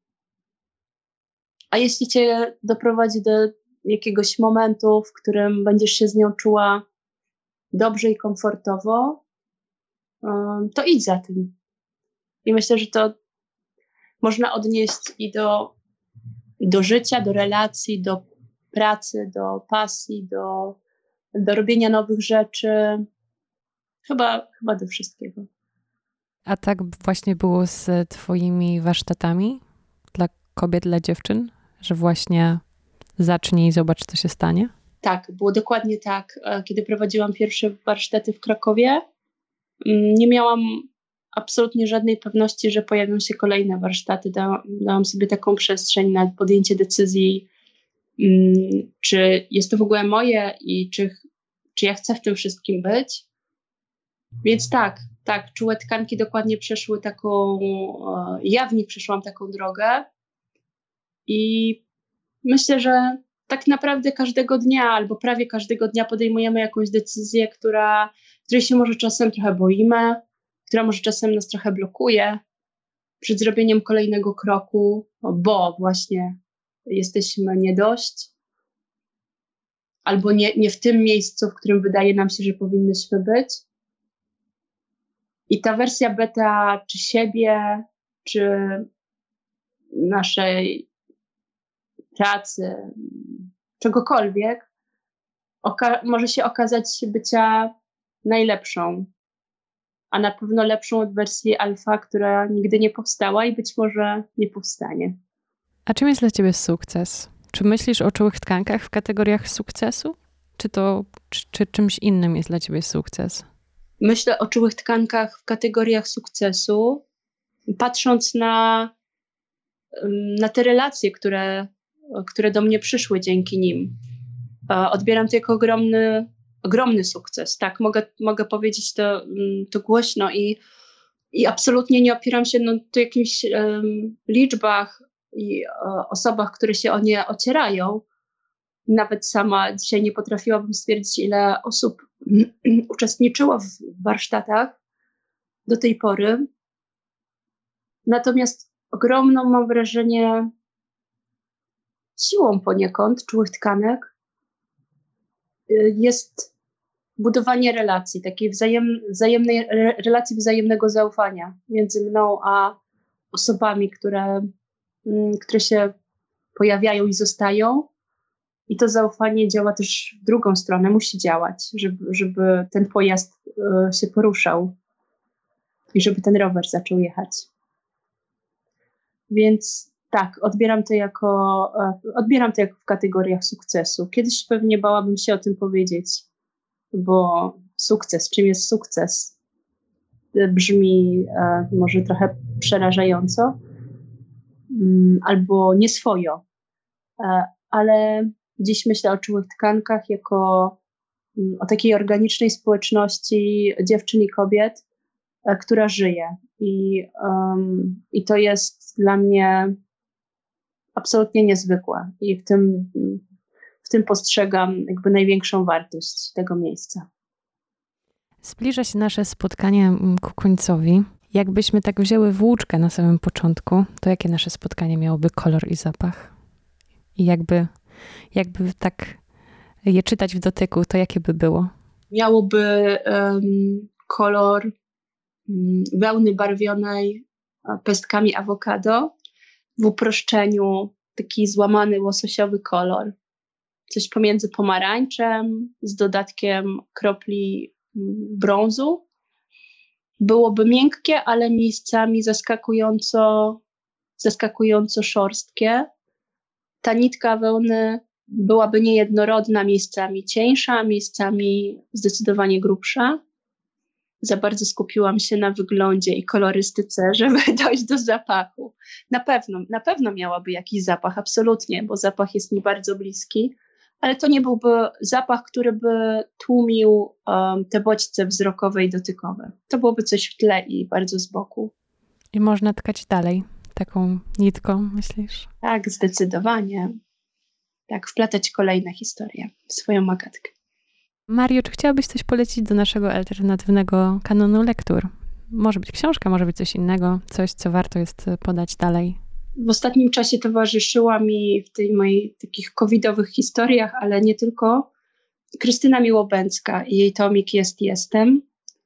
A jeśli cię doprowadzi do jakiegoś momentu, w którym będziesz się z nią czuła dobrze i komfortowo, to idź za tym. I myślę, że to można odnieść i do, do życia, do relacji, do pracy, do pasji, do, do robienia nowych rzeczy. Chyba, chyba do wszystkiego. A tak właśnie było z twoimi warsztatami dla kobiet, dla dziewczyn? Że właśnie zacznij i zobacz, co się stanie? Tak, było dokładnie tak. Kiedy prowadziłam pierwsze warsztaty w Krakowie, nie miałam absolutnie żadnej pewności, że pojawią się kolejne warsztaty. Da, dałam sobie taką przestrzeń na podjęcie decyzji, um, czy jest to w ogóle moje i czy, czy ja chcę w tym wszystkim być. Więc tak, tak, czułe tkanki dokładnie przeszły taką, ja w nich przeszłam taką drogę i myślę, że tak naprawdę każdego dnia albo prawie każdego dnia podejmujemy jakąś decyzję, która, której się może czasem trochę boimy, która może czasem nas trochę blokuje, przed zrobieniem kolejnego kroku, bo właśnie jesteśmy nie dość, albo nie, nie w tym miejscu, w którym wydaje nam się, że powinnyśmy być. I ta wersja beta, czy siebie, czy naszej pracy, czegokolwiek, oka- może się okazać bycia najlepszą, a na pewno lepszą od wersji alfa, która nigdy nie powstała i być może nie powstanie. A czym jest dla ciebie sukces? Czy myślisz o czułych tkankach w kategoriach sukcesu? Czy to, czy, czy czymś innym jest dla ciebie sukces? Myślę o czułych tkankach w kategoriach sukcesu, patrząc na, na te relacje, które, które do mnie przyszły dzięki nim. Odbieram to jako ogromny, ogromny sukces. Tak, mogę, mogę powiedzieć to, to głośno i, i absolutnie nie opieram się na no, jakichś um, liczbach i o, osobach, które się o nie ocierają. Nawet sama dzisiaj nie potrafiłabym stwierdzić, ile osób uczestniczyło w warsztatach do tej pory. Natomiast ogromną, mam wrażenie, siłą poniekąd czułych tkanek jest budowanie relacji, takiej wzajem, wzajemnej relacji wzajemnego zaufania między mną a osobami, które, które się pojawiają i zostają. I to zaufanie działa też w drugą stronę, musi działać, żeby, żeby ten pojazd y, się poruszał i żeby ten rower zaczął jechać. Więc tak, odbieram to jako, y, odbieram to jako w kategoriach sukcesu. Kiedyś pewnie bałabym się o tym powiedzieć, bo sukces, czym jest sukces? Brzmi y, może trochę przerażająco y, albo nieswojo, y, ale dziś myślę o czułych tkankach jako o takiej organicznej społeczności dziewczyn i kobiet, która żyje. I, um, i to jest dla mnie absolutnie niezwykłe. I w tym, w tym postrzegam jakby największą wartość tego miejsca. Zbliża się nasze spotkanie ku końcowi. Jakbyśmy tak wzięły włóczkę na samym początku, to jakie nasze spotkanie miałoby kolor i zapach? I jakby Jakby tak je czytać w dotyku, to jakie by było? Miałoby um, kolor um, wełny barwionej pestkami awokado, w uproszczeniu taki złamany łososiowy kolor. Coś pomiędzy pomarańczem z dodatkiem kropli brązu. Byłoby miękkie, ale miejscami zaskakująco, zaskakująco szorstkie. Ta nitka wełny byłaby niejednorodna, miejscami cieńsza, miejscami zdecydowanie grubsza. Za bardzo skupiłam się na wyglądzie i kolorystyce, żeby dojść do zapachu. Na pewno, na pewno miałaby jakiś zapach, absolutnie, bo zapach jest mi bardzo bliski, ale to nie byłby zapach, który by tłumił um, te bodźce wzrokowe i dotykowe. To byłoby coś w tle i bardzo z boku. I można tkać dalej taką nitką, myślisz? Tak, zdecydowanie. Tak, wplatać kolejne historie w swoją magatkę. Mario, czy chciałabyś coś polecić do naszego alternatywnego kanonu lektur? Może być książka, może być coś innego, coś, co warto jest podać dalej. W ostatnim czasie towarzyszyła mi w tej mojej takich covidowych historiach, ale nie tylko, Krystyna Miłobęcka i jej tomik Jest, jestem.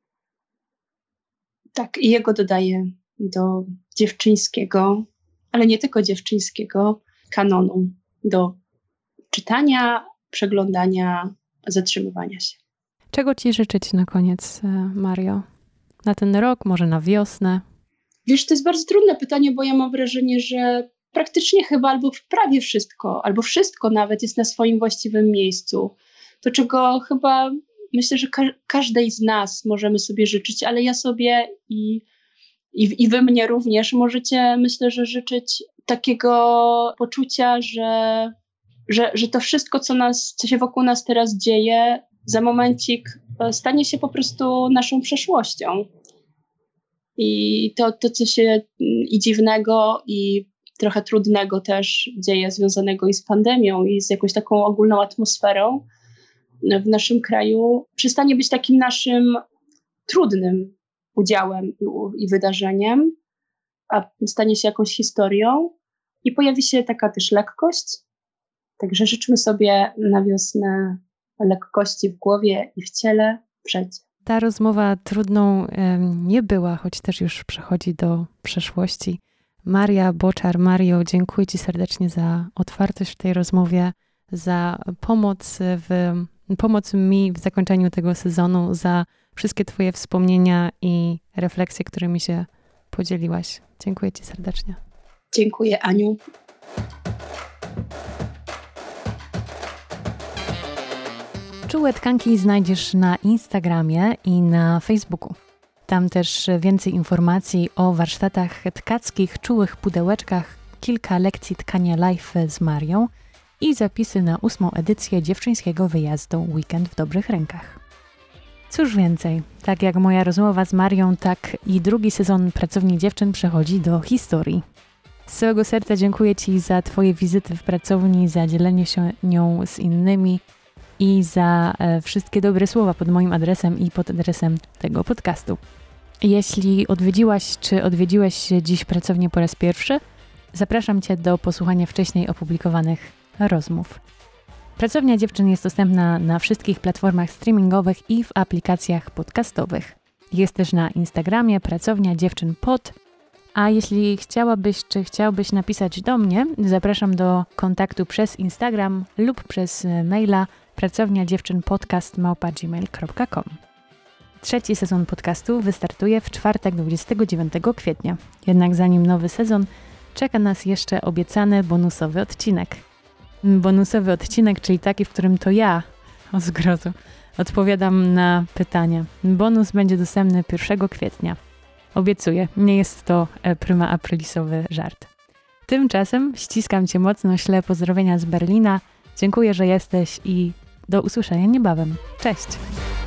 Tak, i jego dodaję do dziewczyńskiego, ale nie tylko dziewczyńskiego kanonu, do czytania, przeglądania, zatrzymywania się. Czego ci życzyć na koniec, Mario? Na ten rok, może na wiosnę? Wiesz, to jest bardzo trudne pytanie, bo ja mam wrażenie, że praktycznie chyba albo prawie wszystko, albo wszystko nawet jest na swoim właściwym miejscu. To, czego chyba myślę, że ka- każdej z nas możemy sobie życzyć, ale ja sobie i, i, i wy mnie również możecie, myślę, że życzyć takiego poczucia, że, że, że to wszystko, co, nas, co się wokół nas teraz dzieje, za momencik stanie się po prostu naszą przeszłością. I to, to co się i dziwnego, i trochę trudnego też dzieje, związanego i z pandemią, i z jakąś taką ogólną atmosferą w naszym kraju, przestanie być takim naszym trudnym udziałem i, i wydarzeniem, a stanie się jakąś historią i pojawi się taka też lekkość. Także życzmy sobie na wiosnę lekkości w głowie i w ciele, w życiu. Ta rozmowa trudną nie była, choć też już przechodzi do przeszłości. Maria Boczar, Mario, dziękuję Ci serdecznie za otwartość w tej rozmowie, za pomoc, w, pomoc mi w zakończeniu tego sezonu, za wszystkie Twoje wspomnienia i refleksje, którymi się podzieliłaś. Dziękuję Ci serdecznie. Dziękuję, Aniu. Czułe tkanki znajdziesz na Instagramie i na Facebooku. Tam też więcej informacji o warsztatach tkackich, czułych pudełeczkach, kilka lekcji tkania live z Marią i zapisy na ósmą edycję dziewczyńskiego wyjazdu Weekend w dobrych rękach. Cóż więcej, tak jak moja rozmowa z Marią, tak i drugi sezon Pracowni Dziewczyn przechodzi do historii. Z całego serca dziękuję Ci za Twoje wizyty w pracowni, za dzielenie się nią z innymi i za e, wszystkie dobre słowa pod moim adresem i pod adresem tego podcastu. Jeśli odwiedziłaś czy odwiedziłeś dziś pracownię po raz pierwszy, zapraszam Cię do posłuchania wcześniej opublikowanych rozmów. Pracownia Dziewczyn jest dostępna na wszystkich platformach streamingowych i w aplikacjach podcastowych. Jest też na Instagramie Pracownia Dziewczyn Pod. A jeśli chciałabyś czy chciałbyś napisać do mnie, zapraszam do kontaktu przez Instagram lub przez maila pracownia dziewczyn podcast małpa gmail kropka com. Trzeci sezon podcastu wystartuje w czwartek dwudziestego dziewiątego kwietnia. Jednak zanim nowy sezon, czeka nas jeszcze obiecany bonusowy odcinek. Bonusowy odcinek, czyli taki, w którym to ja, o zgrozu, odpowiadam na pytania. Bonus będzie dostępny pierwszego kwietnia. Obiecuję, nie jest to prima aprilisowy żart. Tymczasem ściskam Cię mocno, ślę pozdrowienia z Berlina. Dziękuję, że jesteś i do usłyszenia niebawem. Cześć!